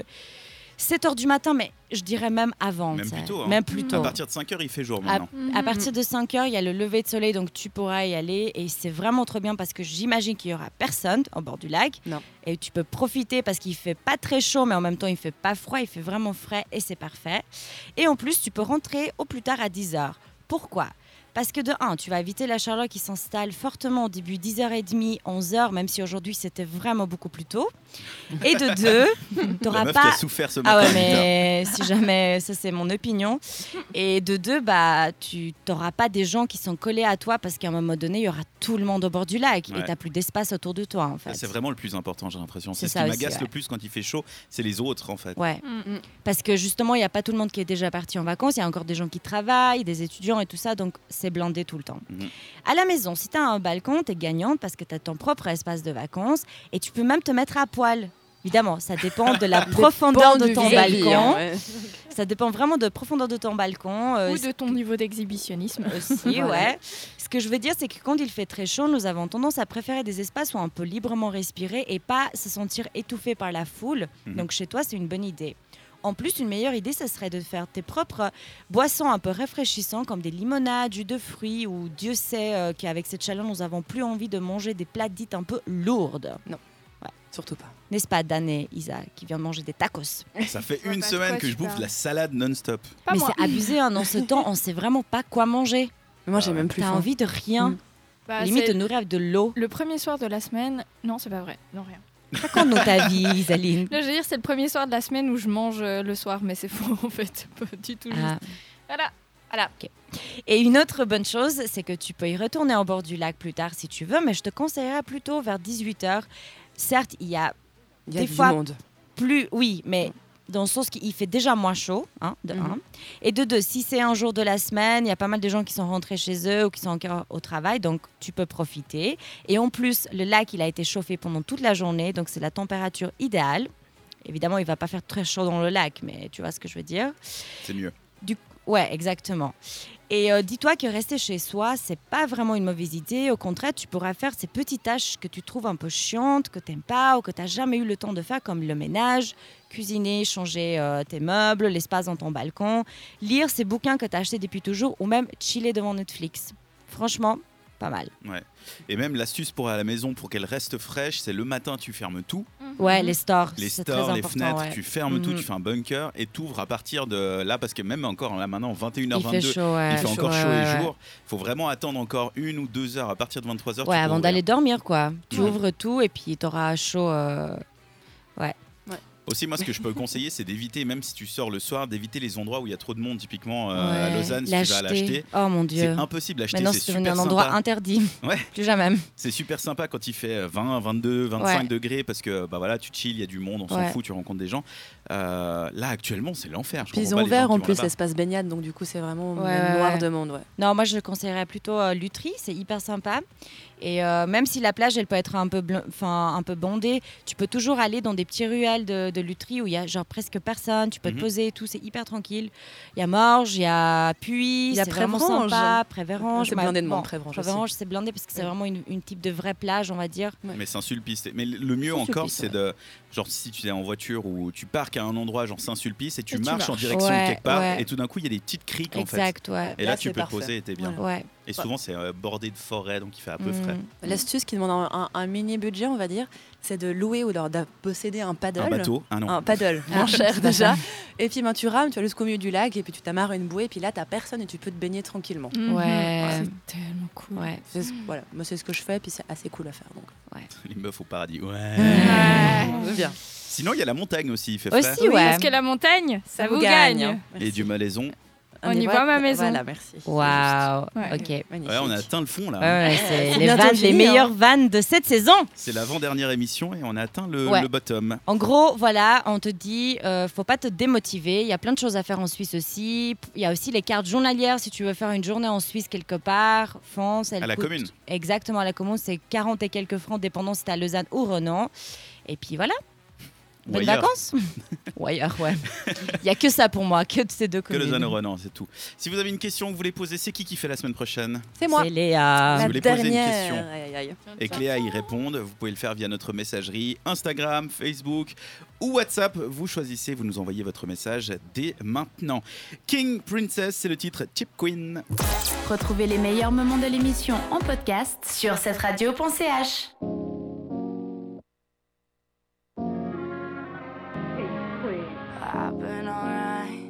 7h du matin, mais je dirais même avant. Même plus tôt. Même plus tôt. À partir de 5h, il fait jour maintenant. À partir de 5h, il y a le lever de soleil, donc tu pourras y aller. Et c'est vraiment trop bien parce que j'imagine qu'il n'y aura personne au bord du lac. Non. Et tu peux profiter parce qu'il ne fait pas très chaud, mais en même temps, il ne fait pas froid. Il fait vraiment frais et c'est parfait. Et en plus, tu peux rentrer au plus tard à 10h. Pourquoi ? Parce que de 1, tu vas éviter la chaleur qui s'installe fortement au début 10h30, 11h, même si aujourd'hui c'était vraiment beaucoup plus tôt. Et de 2, tu n'auras pas... qui a souffert ce matin. Ah ouais, mais si jamais, ça c'est mon opinion. Et de 2, tu n'auras pas des gens qui sont collés à toi parce qu'à un moment donné, il y aura tout le monde au bord du lac et tu n'as plus d'espace autour de toi en fait. C'est vraiment le plus important, j'ai l'impression. C'est ce ça qui aussi, m'agace le plus quand il fait chaud, c'est les autres en fait. Ouais, parce que justement, il n'y a pas tout le monde qui est déjà parti en vacances, il y a encore des gens qui travaillent, des étudiants et tout ça, donc c'est blindé tout le temps. À la maison, si tu as un balcon, tu es gagnante parce que tu as ton propre espace de vacances et tu peux même te mettre à poil. Évidemment, ça dépend de la profondeur de ton balcon. Ça dépend vraiment de la profondeur de ton balcon. Ou de ton niveau d'exhibitionnisme. Aussi, ouais. Ce que je veux dire, c'est que quand il fait très chaud, nous avons tendance à préférer des espaces où on peut librement respirer et pas se sentir étouffé par la foule. Donc chez toi, c'est une bonne idée. En plus, une meilleure idée, ce serait de faire tes propres boissons un peu rafraîchissantes comme des limonades, jus de fruits ou Dieu sait qu'avec cette chaleur, nous n'avons plus envie de manger des plats dits un peu lourdes. Non, surtout pas. N'est-ce pas, Dan et Isa, qui vient de manger des tacos? Ça fait une semaine que je bouffe de la salade non-stop. Mais c'est abusé, hein, dans ce temps, on ne sait vraiment pas quoi manger. Moi, j'ai même plus T'as faim. envie de rien. Limite, te nourrir avec de l'eau. Le premier soir de la semaine... Non, c'est pas vrai. Non, rien. Raconte-nous ta vie, Isaline. Je veux dire, c'est le premier soir de la semaine où je mange le soir, mais c'est faux en fait, pas du tout juste. Voilà. Okay. Et une autre bonne chose, c'est que tu peux y retourner au bord du lac plus tard si tu veux, mais je te conseillerais plutôt vers 18h. Certes, il y a des du fois monde. plus... Oui, mais dans le sens qu'il fait déjà moins chaud, de 1. Et de 2, si c'est un jour de la semaine, il y a pas mal de gens qui sont rentrés chez eux ou qui sont encore au travail, donc tu peux profiter. Et en plus, le lac, il a été chauffé pendant toute la journée, donc c'est la température idéale. Évidemment, il ne va pas faire très chaud dans le lac, mais tu vois ce que je veux dire. C'est mieux. Ouais, exactement. Et dis-toi que rester chez soi, c'est pas vraiment une mauvaise idée. Au contraire, tu pourras faire ces petites tâches que tu trouves un peu chiantes, que tu n'aimes pas ou que tu n'as jamais eu le temps de faire, comme le ménage, cuisiner, changer tes meubles, l'espace dans ton balcon, lire ces bouquins que tu as achetés depuis toujours ou même chiller devant Netflix. Franchement, pas mal. Ouais. Et même l'astuce pour à la maison, pour qu'elle reste fraîche, c'est le matin, tu fermes tout. Ouais, les stores. Les c'est stores, très les important, fenêtres, ouais. tu fermes tout, tu fais un bunker et tu ouvres à partir de là, parce que même encore là maintenant, 21h22, Il fait chaud, ouais. il fait encore chaud Ouais, les ouais. jours. Il faut vraiment attendre encore 1 ou 2 heures à partir de 23h. Ouais, avant d'aller dormir, quoi. Tu Ouais. ouvres tout et puis tu auras chaud. Ouais. Aussi, moi, ce que je peux conseiller, c'est d'éviter, même si tu sors le soir, d'éviter les endroits où il y a trop de monde. Typiquement, à Lausanne, si tu vas l'acheter. Oh mon Dieu. C'est impossible d'acheter. Maintenant, c'est c'est devenu super un endroit sympa. interdit. Ouais. Plus jamais. C'est super sympa quand il fait 20, 22, 25 degrés parce que bah voilà, tu chill, il y a du monde, on s'en fout, tu rencontres des gens. Là, actuellement, c'est l'enfer. Puis ils ont ouvert en plus l'espace baignade, donc du coup, c'est vraiment noir de monde. Ouais. Non, moi, je conseillerais plutôt Lutry, c'est hyper sympa. Et même si la plage, elle peut être un peu bondée, tu peux toujours aller dans des petits ruelles de Lutry où il y a genre presque personne. Tu peux te poser et tout, c'est hyper tranquille. Il y a Morges, il y a Puy, c'est vraiment sympa. Prévérange, c'est blindé de monde. Prévérange, c'est blindé parce que c'est vraiment une type de vraie plage, on va dire. Mais Saint-Sulpice. Mais le mieux encore, c'est de genre si tu es en voiture ou tu parques à un endroit genre Saint-Sulpice et tu marches en direction de quelque part et tout d'un coup il y a des petites criques en fait. Et là tu peux te poser et t'es bien. Ouais. Et souvent c'est bordé de forêt donc il fait un peu frais. L'astuce qui demande un mini budget, on va dire, c'est de louer ou de posséder un paddle. Un bateau, un paddle, moins cher déjà. Et puis tu rames, tu vas jusqu'au milieu du lac et puis tu t'amarres une bouée et puis là t'as personne et tu peux te baigner tranquillement. Ouais. C'est tellement cool. Ouais. Voilà, moi c'est ce que je fais et puis c'est assez cool à faire donc. Les meufs au paradis. Ouais. C'est bien. Sinon il y a la montagne aussi, il fait frais. Aussi, parce que la montagne, ça vous gagne. Et du Malaison. On y voit ma maison. Voilà, merci. Waouh. Ok. Ouais, on a atteint le fond là. Ouais, c'est les meilleures vannes de cette saison. C'est l'avant-dernière émission et on a atteint le bottom. En gros, voilà, on te dit, faut pas te démotiver. Il y a plein de choses à faire en Suisse aussi. Il y a aussi les cartes journalières. Si tu veux faire une journée en Suisse quelque part, fonce. À la commune. Exactement, à la commune, c'est 40 et quelques francs, dépendant si t'es à Lausanne ou Renan. Et puis voilà. Bonnes vacances. Ou ailleurs, ouais. Il n'y a que ça pour moi, que ces deux communes. Que Lausanne ou Renan, c'est tout. Si vous avez une question que vous voulez poser, c'est qui fait la semaine prochaine? C'est moi. C'est Léa. Si vous voulez poser une dernière. question et que Léa y réponde, vous pouvez le faire via notre messagerie Instagram, Facebook ou WhatsApp. Vous choisissez, vous nous envoyez votre message dès maintenant. King Princess, c'est le titre Chip Queen. Retrouvez les meilleurs moments de l'émission en podcast sur cetteradio.ch. I've been alright.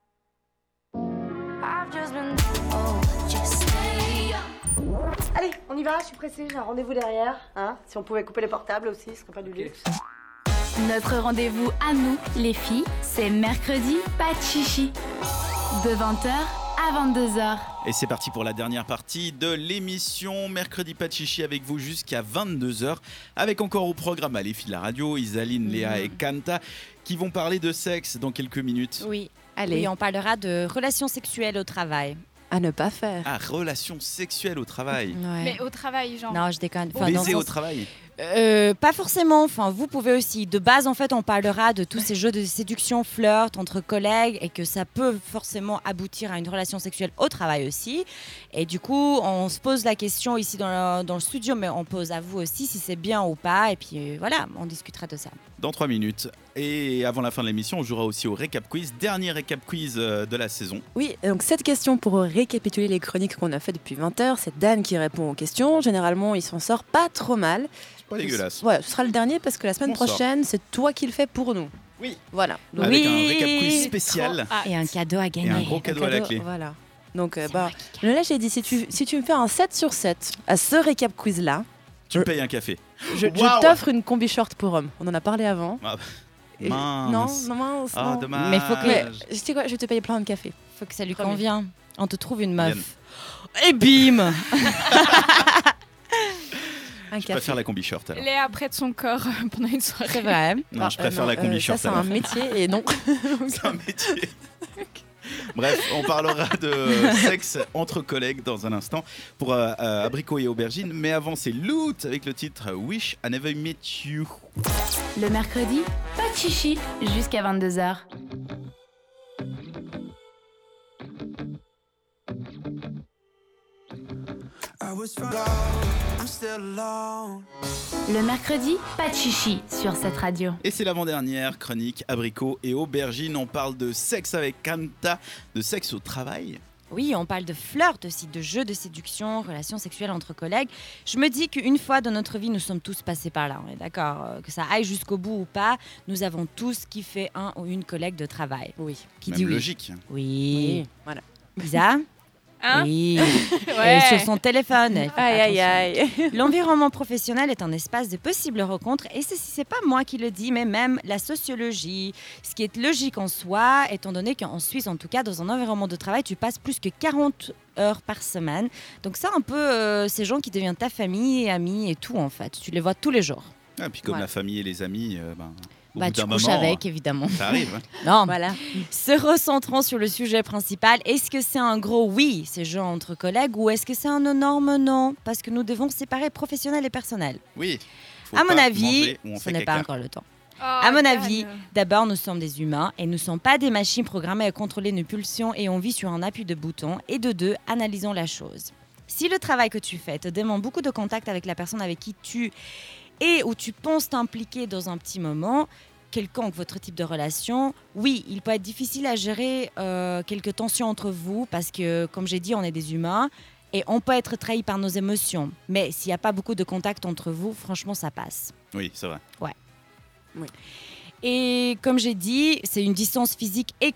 I've just been. Oh, just stay up. Allez, on y va, je suis pressée, j'ai un rendez-vous derrière. Hein, si on pouvait couper les portables aussi, ce serait pas du luxe. Notre rendez-vous à nous, les filles, c'est mercredi, pas de chichi. De 20h à 22h. Et c'est parti pour la dernière partie de l'émission Mercredi pas de chichi avec vous jusqu'à 22h. Avec encore au programme les filles de la radio, Isaline, Léa et Kanta qui vont parler de sexe dans quelques minutes. Oui, allez. Oui, on parlera de relations sexuelles au travail. À ne pas faire. Ah, relations sexuelles au travail. Ouais. Mais au travail, genre. Non, je déconne. Enfin, Baiser au travail. Pas forcément. Enfin, vous pouvez aussi. De base, en fait, on parlera de tous ces jeux de séduction, flirt entre collègues, et que ça peut forcément aboutir à une relation sexuelle au travail aussi. Et du coup, on se pose la question ici dans le studio, mais on pose à vous aussi si c'est bien ou pas. Et puis voilà, on discutera de ça. Dans 3 minutes. Et avant la fin de l'émission, on jouera aussi au récap quiz. Dernier récap quiz de la saison. Oui, donc cette question pour récapituler les chroniques qu'on a fait depuis 20h, c'est Dan qui répond aux questions. Généralement, il s'en sort pas trop mal. C'est pas dégueulasse. Voilà, ce sera le dernier parce que la semaine prochaine, c'est toi qui le fais pour nous. Oui. Voilà. Donc, avec un récap quiz spécial. Et un cadeau à gagner. Et un gros cadeau à la clé. Voilà. Donc, là, j'ai dit, si tu me fais un 7 sur 7 à ce récap quiz-là, tu me payes un café. Je t'offre une combi short pour homme. On en a parlé avant. Ah, mince. Non, mince. Ah, non. dommage. Mais faut que... Tu sais quoi, je vais te payer plein de café. Faut que ça lui Promis. convienne. On te trouve une meuf. Et bim. Je préfère la combi short alors. Léa prête son corps pendant une soirée. C'est vrai. Non, je préfère la combi short. Ça, c'est un métier et non. C'est un métier. Bref, on parlera de sexe entre collègues dans un instant pour Abricot et Aubergine. Mais avant, c'est Loot avec le titre Wish I Never Met You. Le mercredi, pas de chichi jusqu'à 22h. Le mercredi, pas de chichi sur cette radio. Et c'est l'avant-dernière chronique Abricot et Aubergine. On parle de sexe avec Kanta, de sexe au travail. Oui, on parle de flirt aussi, de jeux de séduction, relations sexuelles entre collègues. Je me dis qu'une fois dans notre vie, nous sommes tous passés par là. On est d'accord, que ça aille jusqu'au bout ou pas, nous avons tous kiffé un ou une collègue de travail. Oui. Qui Même dit oui. logique. Oui. Voilà. Isa, Hein Oui, Ouais. et sur son téléphone. Elle fait pas Aïe, aïe, attention. aïe. L'environnement professionnel est un espace de possibles rencontres et c'est pas moi qui le dis, mais même la sociologie. Ce qui est logique en soi, étant donné qu'en Suisse, en tout cas, dans un environnement de travail, tu passes plus que 40 heures par semaine. Donc ça, un peu, ces gens qui deviennent ta famille, amis et tout, en fait. Tu les vois tous les jours. Ah, puis comme Ouais. la famille et les amis, au bout Tu d'un couches moment, avec, évidemment. ça arrive. Hein. Non, Voilà. Se recentrant sur le sujet principal, est-ce que c'est un gros oui, ces jeux entre collègues, ou est-ce que c'est un énorme non? Parce que nous devons séparer professionnel et personnel. Oui. Faut À mon pas avis, manger où on ce fait n'est pas caca. encore le temps. Oh, À mon Diane. avis, d'abord, nous sommes des humains et nous ne sommes pas des machines programmées à contrôler nos pulsions et on vit sur un appui de bouton. Et de deux, analysons la chose. Si le travail que tu fais te demande beaucoup de contact avec la personne avec qui tu es ou tu penses t'impliquer dans un petit moment, quelconque votre type de relation, oui, il peut être difficile à gérer quelques tensions entre vous parce que, comme j'ai dit, on est des humains et on peut être trahi par nos émotions. Mais s'il n'y a pas beaucoup de contact entre vous, franchement, ça passe. Oui, c'est vrai. Et comme j'ai dit, c'est une distance physique et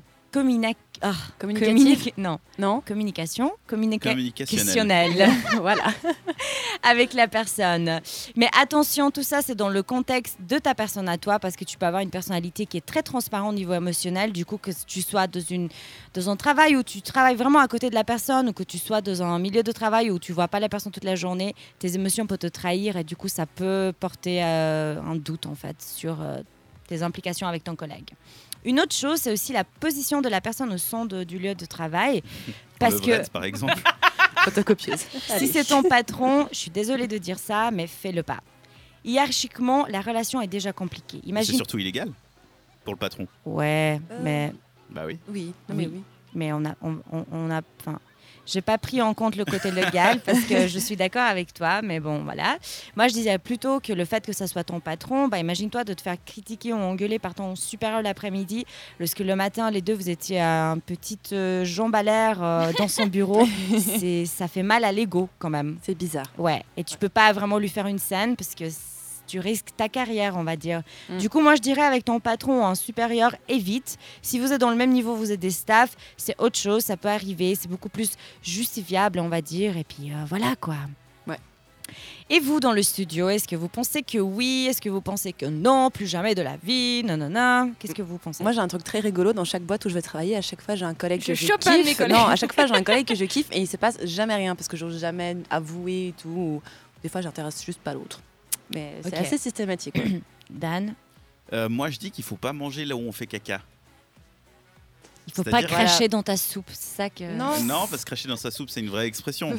Communicatif. non, Non. communication, Communicationnel. communicationnelle Voilà. avec la personne. Mais attention, tout ça, c'est dans le contexte de ta personne à toi, parce que tu peux avoir une personnalité qui est très transparente au niveau émotionnel. Du coup, que tu sois dans un travail où tu travailles vraiment à côté de la personne, ou que tu sois dans un milieu de travail où tu vois pas la personne toute la journée, tes émotions peuvent te trahir et du coup, ça peut porter un doute en fait sur tes implications avec ton collègue. Une autre chose, c'est aussi la position de la personne au sein du lieu de travail. Parce que Levrette, par exemple. Photocopieuse. si c'est ton patron, je suis désolée de dire ça, mais fais-le pas. Hiérarchiquement, la relation est déjà compliquée. C'est Imagine. surtout illégal pour le patron. Ouais, mais Bah oui. Oui. Non, Oui. mais oui. mais enfin, j'ai pas pris en compte le côté légal parce que je suis d'accord avec toi, mais bon, voilà. Moi, je disais plutôt que le fait que ça soit ton patron, bah, imagine-toi de te faire critiquer ou engueuler par ton supérieur l'après-midi, lorsque le matin, les deux, vous étiez à une petite jambe à l'air dans son bureau. Ça fait mal à l'ego quand même. C'est bizarre. Ouais, et tu peux pas vraiment lui faire une scène parce que tu risques ta carrière, on va dire. Mm. Du coup, moi, je dirais avec ton patron ou un supérieur, évite. Si vous êtes dans le même niveau, vous êtes des staffs, c'est autre chose, ça peut arriver, c'est beaucoup plus justifiable, on va dire. Et puis voilà, quoi. Ouais. Et vous, dans le studio, est-ce que vous pensez que oui? Est-ce que vous pensez que non? Plus jamais de la vie? Non, non, non. Qu'est-ce que vous pensez? Moi, j'ai un truc très rigolo dans chaque boîte où je vais travailler. À chaque fois, j'ai un collègue Je que je chope un de mes kiffe. collègues. Non, à chaque fois, j'ai un collègue que je kiffe et il se passe jamais rien parce que j'ose jamais avouer et tout. Ou des fois, j'intéresse juste pas l'autre. Mais c'est Ok. assez systématique. Ouais. Dan, Moi, je dis qu'il faut pas manger là où on fait caca. il faut pas C'est-à-dire- cracher dans ta soupe, c'est ça que... Non. Non, parce que cracher dans sa soupe, c'est une vraie expression.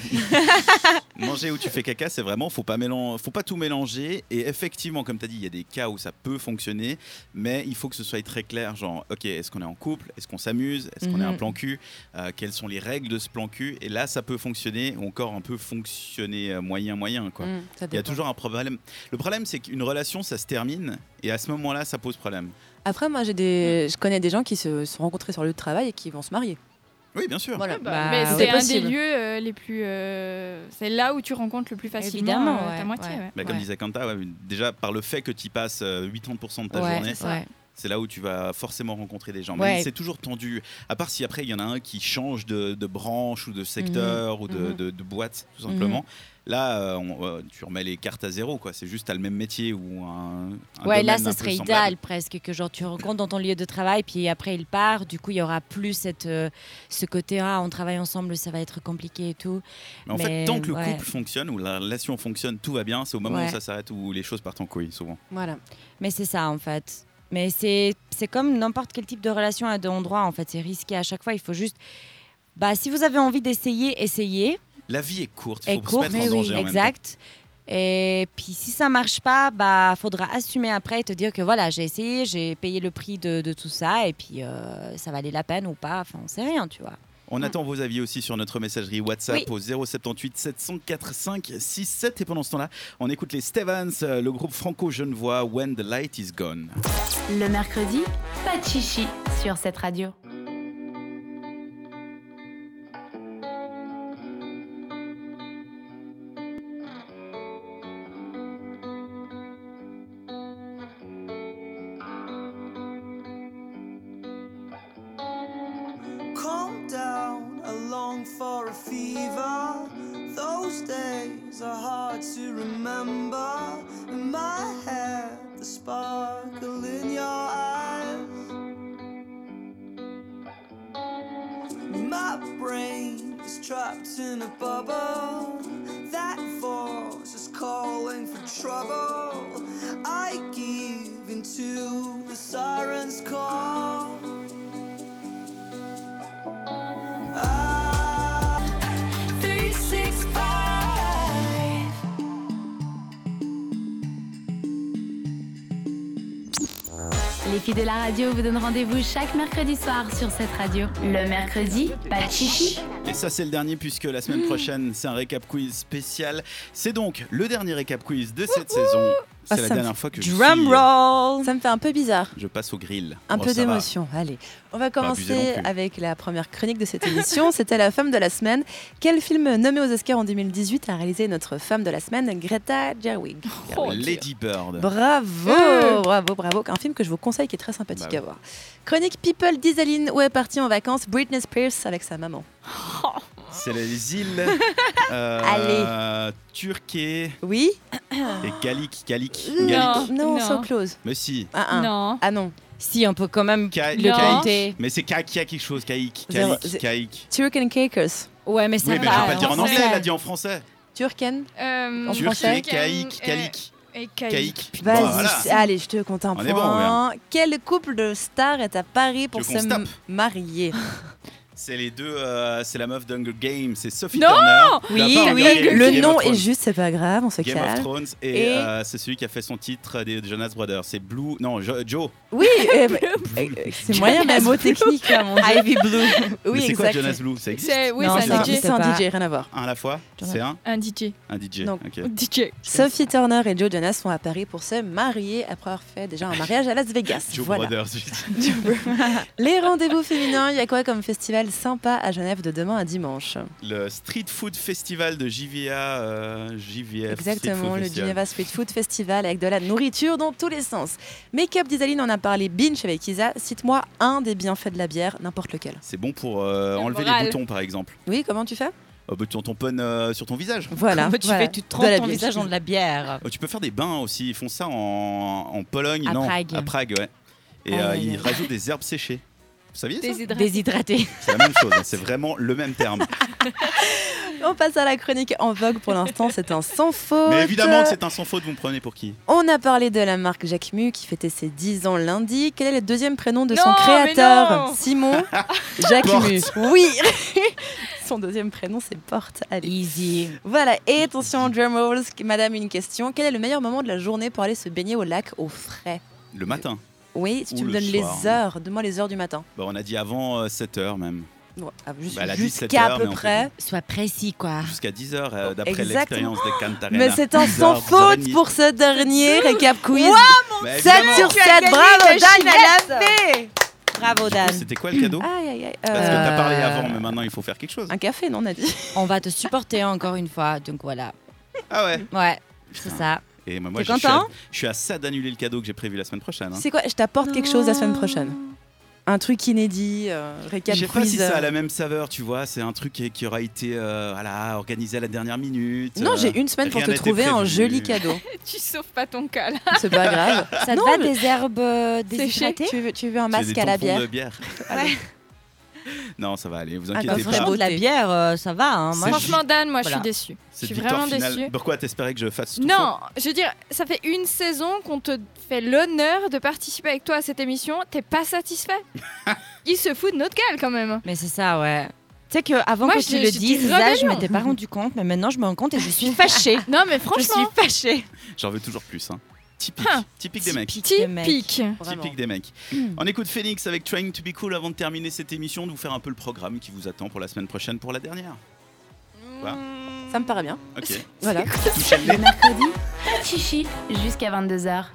Manger où tu fais caca, c'est vraiment, faut pas tout mélanger. Et effectivement, comme tu as dit, il y a des cas où ça peut fonctionner, mais il faut que ce soit très clair. Genre, ok, est-ce qu'on est en couple? Est-ce qu'on s'amuse? Est-ce qu'on est un plan cul? Quelles sont les règles de ce plan cul? Et là, ça peut fonctionner, ou encore un peu fonctionner moyen, quoi. Ça Il y a dépend. toujours un problème. Le problème, c'est qu'une relation, ça se termine, et à ce moment-là, ça pose problème. Après, moi, je connais des gens qui se sont rencontrés sur le lieu de travail et qui vont se marier. Oui, bien sûr. Voilà. Mais oui. c'est un des possible. lieux les plus. C'est là où tu rencontres le plus facilement Évidemment, ta ouais, moitié. ouais. Ouais. Bah, comme Ouais. disait Kanta, ouais, déjà par le fait que tu y passes 80% de ta Ouais, journée, ouais. c'est là où tu vas forcément rencontrer des gens. Ouais. Mais c'est toujours tendu. À part si après il y en a un qui change de branche ou de secteur ou de boîte, tout simplement. Là, tu remets les cartes à zéro, quoi. C'est juste, t'as le même métier ou un Ouais, là, domaine ça un peu serait semblable. idéal presque que genre tu rencontres dans ton lieu de travail, puis après il part. Du coup, il y aura plus ce côté on travaille ensemble, ça va être compliqué et tout. Mais en fait, tant que le ouais. couple fonctionne ou la relation fonctionne, tout va bien. C'est au moment Ouais. où ça s'arrête où les choses partent en couille, souvent. Voilà. Mais c'est ça en fait. Mais c'est comme n'importe quel type de relation à d'endroit en fait. C'est risqué à chaque fois. Il faut juste, si vous avez envie d'essayer, essayez. La vie est courte, il Et faut court, se mettre en danger en même temps. exact. Et puis si ça marche pas, faudra assumer après et te dire que voilà, j'ai essayé, j'ai payé le prix de tout ça et puis ça valait la peine ou pas. Enfin, on sait rien, tu vois. On attend vos avis aussi sur notre messagerie WhatsApp Oui. au 078 704 567. Et pendant ce temps-là, on écoute les Stevens, le groupe franco-genevois When the Light is Gone. Le mercredi, pas de chichi sur cette radio. Calm down, I long for fever. Those days are hard to remember. In my head, the sparkle in your eyes. My brain is trapped in a bubble. That force is calling for trouble. I give into the siren's call. 365. Les filles de la radio vous donnent rendez-vous chaque mercredi soir sur cette radio. Le mercredi, pas de chichi. Et ça, c'est le dernier puisque la semaine prochaine, c'est un récap quiz spécial. C'est donc le dernier récap quiz de cette saison. C'est la dernière fois que Drum roll. Ça me fait un peu bizarre. Je passe au grill. Un peu d'émotion. Allez, on va commencer avec la première chronique de cette émission. C'était la femme de la semaine. Quel film nommé aux Oscars en 2018 a réalisé notre femme de la semaine, Greta Gerwig? Lady Bird. Bravo, bravo. Un film que je vous conseille qui est très sympathique à voir. Chronique People d'Isaline. Où est partie en vacances Britney Spears avec sa maman? C'est les îles Turquie. Oui. Et Gallic. Non, so close. Mais si. Non. Ah non. Si, on peut quand même le compter. Mais c'est Kaïk, il y a quelque chose. Kaïk. Turk and Cakers. Ouais, mais ça oui, mais je vais pas dire en anglais, elle a dit en français. Turken. En français. Kaïk. Vas-y, voilà. Allez, je te compte un point. Bon, Quel couple de stars est à Paris pour se marier? C'est les deux, c'est la meuf d'Hunger Games, c'est Sophie non Turner. Oui, le nom est juste, c'est pas grave, on se calme. Game of Thrones et c'est celui qui a fait son titre des Jonas Brothers, c'est Blue, non, Joe. Oui, c'est moyen d'un mot technique là, mon Dieu. Ivy Blue. Oui, c'est quoi Jonas Blue? Ça existe? Oui, non, c'est un DJ. C'est un DJ, rien à voir. Un à la fois? C'est un DJ. Un DJ. Donc, okay. DJ. Sophie Turner et Joe Jonas sont à Paris pour se marier après avoir fait déjà un mariage à Las Vegas. Joe voilà. Brothers. Les rendez-vous féminins, il y a quoi comme festival sympa à Genève de demain à dimanche? Le Street Food Festival de JVF. Exactement, le Geneva Street Food Festival avec de la nourriture dans tous les sens. Make-up d'Isaline, on a parlé binge avec Isa. Cite-moi un des bienfaits de la bière, n'importe lequel. C'est bon pour enlever les boutons, par exemple. Oui, comment tu fais? Tu en tamponnes sur ton visage. Voilà. Tu trempes ton visage dans de la bière. Tu peux faire des bains aussi. Ils font ça en Pologne, Prague. À Prague, ouais. Et ils rajoutent des herbes séchées. Vous saviez ça? Déshydraté. C'est la même chose, c'est vraiment le même terme. On passe à la chronique en vogue pour l'instant, c'est un sans faute. Mais évidemment que c'est un sans faute, vous me prenez pour qui? On a parlé de la marque Jacquemus qui fêtait ses 10 ans lundi. Quel est le deuxième prénom de son créateur? Simon Jacquemus. Oui. Son deuxième prénom, c'est Porte. Allez. Easy. Voilà, et attention, drum rolls, madame, une question. Quel est le meilleur moment de la journée pour aller se baigner au lac au frais? Le matin. Oui, si tu me donnes les heures, donne-moi les heures du matin. Bah, on a dit avant 7h même. Ouais, jusqu'à à peu près. Sois précis, quoi. Jusqu'à 10h, d'après l'expérience des Cantarena. Mais c'est un sans faute pour ce dernier récap quiz. Wow, 7 sur 7, bravo Dan, elle l'a fait. Bravo Dan. C'était quoi le cadeau? Aïe. Parce que t'as parlé avant, mais maintenant il faut faire quelque chose. Un café, non, on a dit. On va te supporter encore une fois, donc voilà. Ah ouais? Ouais, c'est ça. Et moi je suis à ça d'annuler le cadeau que j'ai prévu la semaine prochaine. C'est quoi? Je t'apporte quelque chose la semaine prochaine. Un truc inédit, récap quiz. Je sais pas si ça a la même saveur, tu vois. C'est un truc qui aura été organisé à la dernière minute. Non, j'ai une semaine pour te trouver un joli cadeau. Tu sauves pas ton cas là. C'est pas grave. Ça te va des herbes déshydratées? Tu veux un masque à la bière? De bière. Non, ça va aller, vous inquiétez pas. Vraiment de la bière, ça va. Hein. Moi, franchement, Dan, moi je suis déçue. Je suis vraiment déçue. Pourquoi t'espérais que je fasse tout Non, je veux dire, ça fait une saison qu'on te fait l'honneur de participer avec toi à cette émission. T'es pas satisfait? Il se fout de notre gueule quand même. Mais c'est ça, ouais. Tu sais qu'avant que tu le dises, je m'étais pas rendu compte, mais maintenant je me rends compte et je suis fâchée. Non, mais franchement. Je suis fâchée. J'en veux toujours plus. Hein. Typique des mecs. Typique des mecs. On écoute Phoenix avec Trying to be Cool avant de terminer cette émission, de vous faire un peu le programme qui vous attend pour la semaine prochaine pour la dernière. Quoi? Ça me paraît bien. Ok. Voilà. Le mercredi, pas de chichi jusqu'à 22h.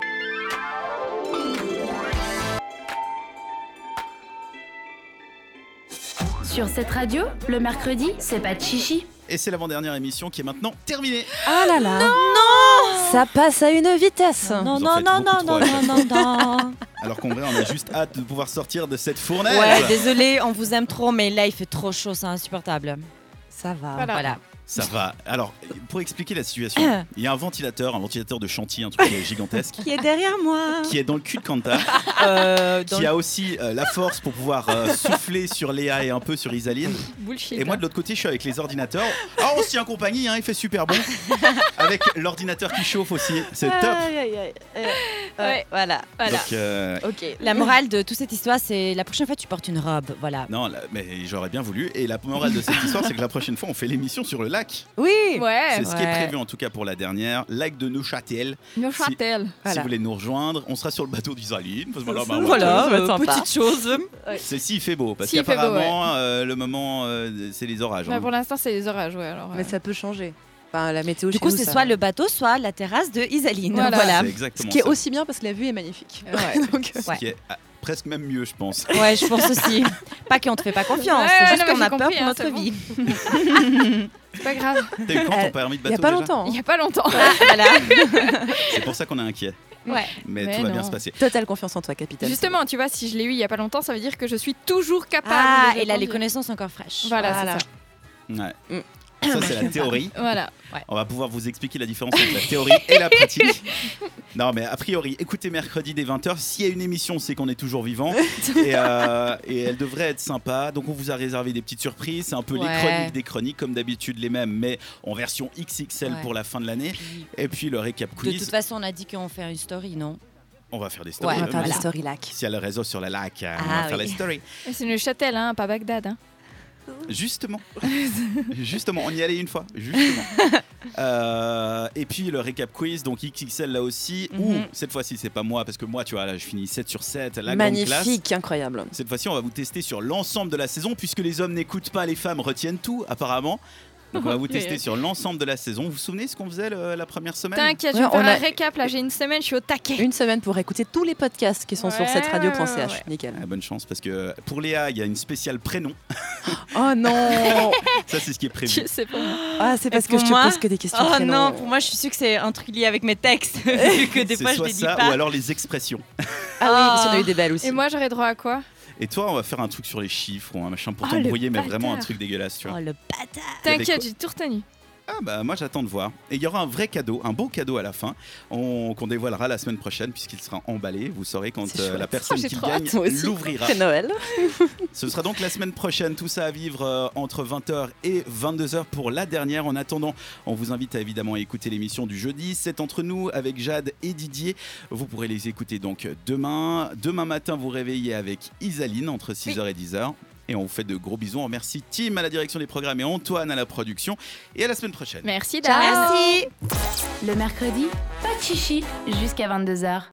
Sur cette radio, le mercredi, c'est pas de chichi. Et c'est l'avant-dernière émission qui est maintenant terminée. Ah là là. Non. Ça passe à une vitesse. Non. Alors qu'en vrai, on a juste hâte de pouvoir sortir de cette fournaise. Ouais, désolé, on vous aime trop, mais là, il fait trop chaud, c'est insupportable. Ça va. Voilà. Ça va. Alors, pour expliquer la situation, il y a un ventilateur de chantier, un truc gigantesque, Qui est derrière moi. qui est dans le cul de Kanta, qui a aussi la force pour pouvoir souffler sur Léa et un peu sur Isaline. Bullshit. Et moi de l'autre côté, je suis avec les ordinateurs. Ah, on se tient en compagnie, hein, il fait super bon. Avec l'ordinateur qui chauffe aussi, c'est top. Ouais. Voilà. Donc, Ok. La morale de toute cette histoire, c'est la prochaine fois tu portes une robe. Voilà. non, mais j'aurais bien voulu. Et la morale de cette histoire, c'est que la prochaine fois, on fait l'émission sur le lac. Oui. Ouais. C'est ce qui est prévu en tout cas pour la dernière. Lac de Neuchâtel. Neuchâtel. Si vous voulez nous rejoindre, on sera sur le bateau d'Isaline. Voilà, Voilà, petite chose. c'est si il fait beau. Parce S'il fait beau, qu'apparemment, le moment, c'est les orages. Bah, hein. pour l'instant, c'est les orages, ouais. Alors, Mais ça peut changer. Enfin, la météo Du chez coup, nous, c'est ça- soit le bateau, soit la terrasse de Isaline. Voilà. Voilà. C'est Ce exactement qui est ça. aussi bien parce que la vue est magnifique. Ouais. Donc, Ce qui est presque même mieux, je pense. Ouais, je pense aussi. Pas qu'on te fait pas confiance, Ouais, c'est juste non, mais qu'on a j'ai peur compris, pour hein, notre c'est bon. vie. C'est pas grave. T'as eu quand ton permis de il y bateau a pas déjà longtemps. Il y a pas longtemps. Voilà. C'est pour ça qu'on est inquiet. Ouais. Mais Mais tout va bien non. se passer. Totale confiance en toi, capitaine. Justement, tu vois, si je l'ai eu il y a pas longtemps, ça veut dire que je suis toujours capable. Ah, de et là, les conduire. connaissances sont encore fraîches. Voilà, Voilà. c'est ça. Ouais. Ça, c'est la théorie. Voilà. On va pouvoir vous expliquer la différence entre la théorie et la pratique. Non, mais a priori, écoutez mercredi dès 20h. S'il y a une émission, c'est qu'on est toujours vivant. Et elle devrait être sympa. Donc, on vous a réservé des petites surprises. C'est un peu les Ouais. chroniques des chroniques, comme d'habitude, les mêmes, mais en version XXL Ouais. pour la fin de l'année. Et puis, le récap De quiz. toute façon, on a dit qu'on fait une story, non? On va faire des stories. Ouais, On va faire mais des story lac. s'il y a le réseau sur la lac, on Ah va faire oui. les stories. Et c'est Neuchâtel, hein, pas Bagdad. Hein. Justement. Justement, on y allait une fois. Justement. Et puis le récap quiz, donc XXL là aussi, où cette fois-ci c'est pas moi, parce que moi tu vois là je finis 7 sur 7, la grande classe. Magnifique, incroyable. Cette fois-ci on va vous tester sur l'ensemble de la saison, puisque les hommes n'écoutent pas, les femmes retiennent tout apparemment. Donc on va vous tester sur l'ensemble de la saison. Vous vous souvenez ce qu'on faisait la première semaine? T'inquiète, je Ouais, vais faire on un a- récap. Là, j'ai une semaine, je suis au taquet. Une semaine pour écouter tous les podcasts qui sont sur Ouais, cette radio.ch. ouais. Nickel. Ah, bonne chance, parce que pour Léa il y a une spéciale prénom. Oh non. Ça c'est ce qui est prévu. Je sais pas. Ah, c'est parce Et que pour je te moi pose que des questions Oh prénoms. non, pour moi, je suis sûre que c'est un truc lié avec mes textes. Vu que des C'est fois, je soit les dis ça pas. ou alors les expressions. Ah oui, parce qu'on a eu des belles aussi. Et moi, j'aurais droit à quoi? Et toi on va faire un truc sur les chiffres ou un machin pour Oh, le t'embrouiller, mais vraiment un bâtard. truc dégueulasse, tu vois. Oh, le bâtard. T'inquiète, j'ai tout retenu. Ah bah moi j'attends de voir. Et il y aura un vrai cadeau, un beau cadeau à la fin, qu'on dévoilera la semaine prochaine puisqu'il sera emballé. Vous saurez quand C'est chouette. la personne Oh, j'ai qui trop gagne hâte, moi aussi. l'ouvrira. C'est Noël. Ce sera donc la semaine prochaine, tout ça à vivre entre 20h et 22h pour la dernière. En attendant, on vous invite à évidemment écouter l'émission du jeudi. C'est entre nous avec Jade et Didier. Vous pourrez les écouter donc demain. Demain matin, vous réveillez avec Isaline entre 6h et 10h. Et on vous fait de gros bisous. On remercie Tim à la direction des programmes et Antoine à la production. Et à la semaine prochaine. Merci, Ciao. Dan. Merci. Le mercredi, pas de chichi jusqu'à 22h.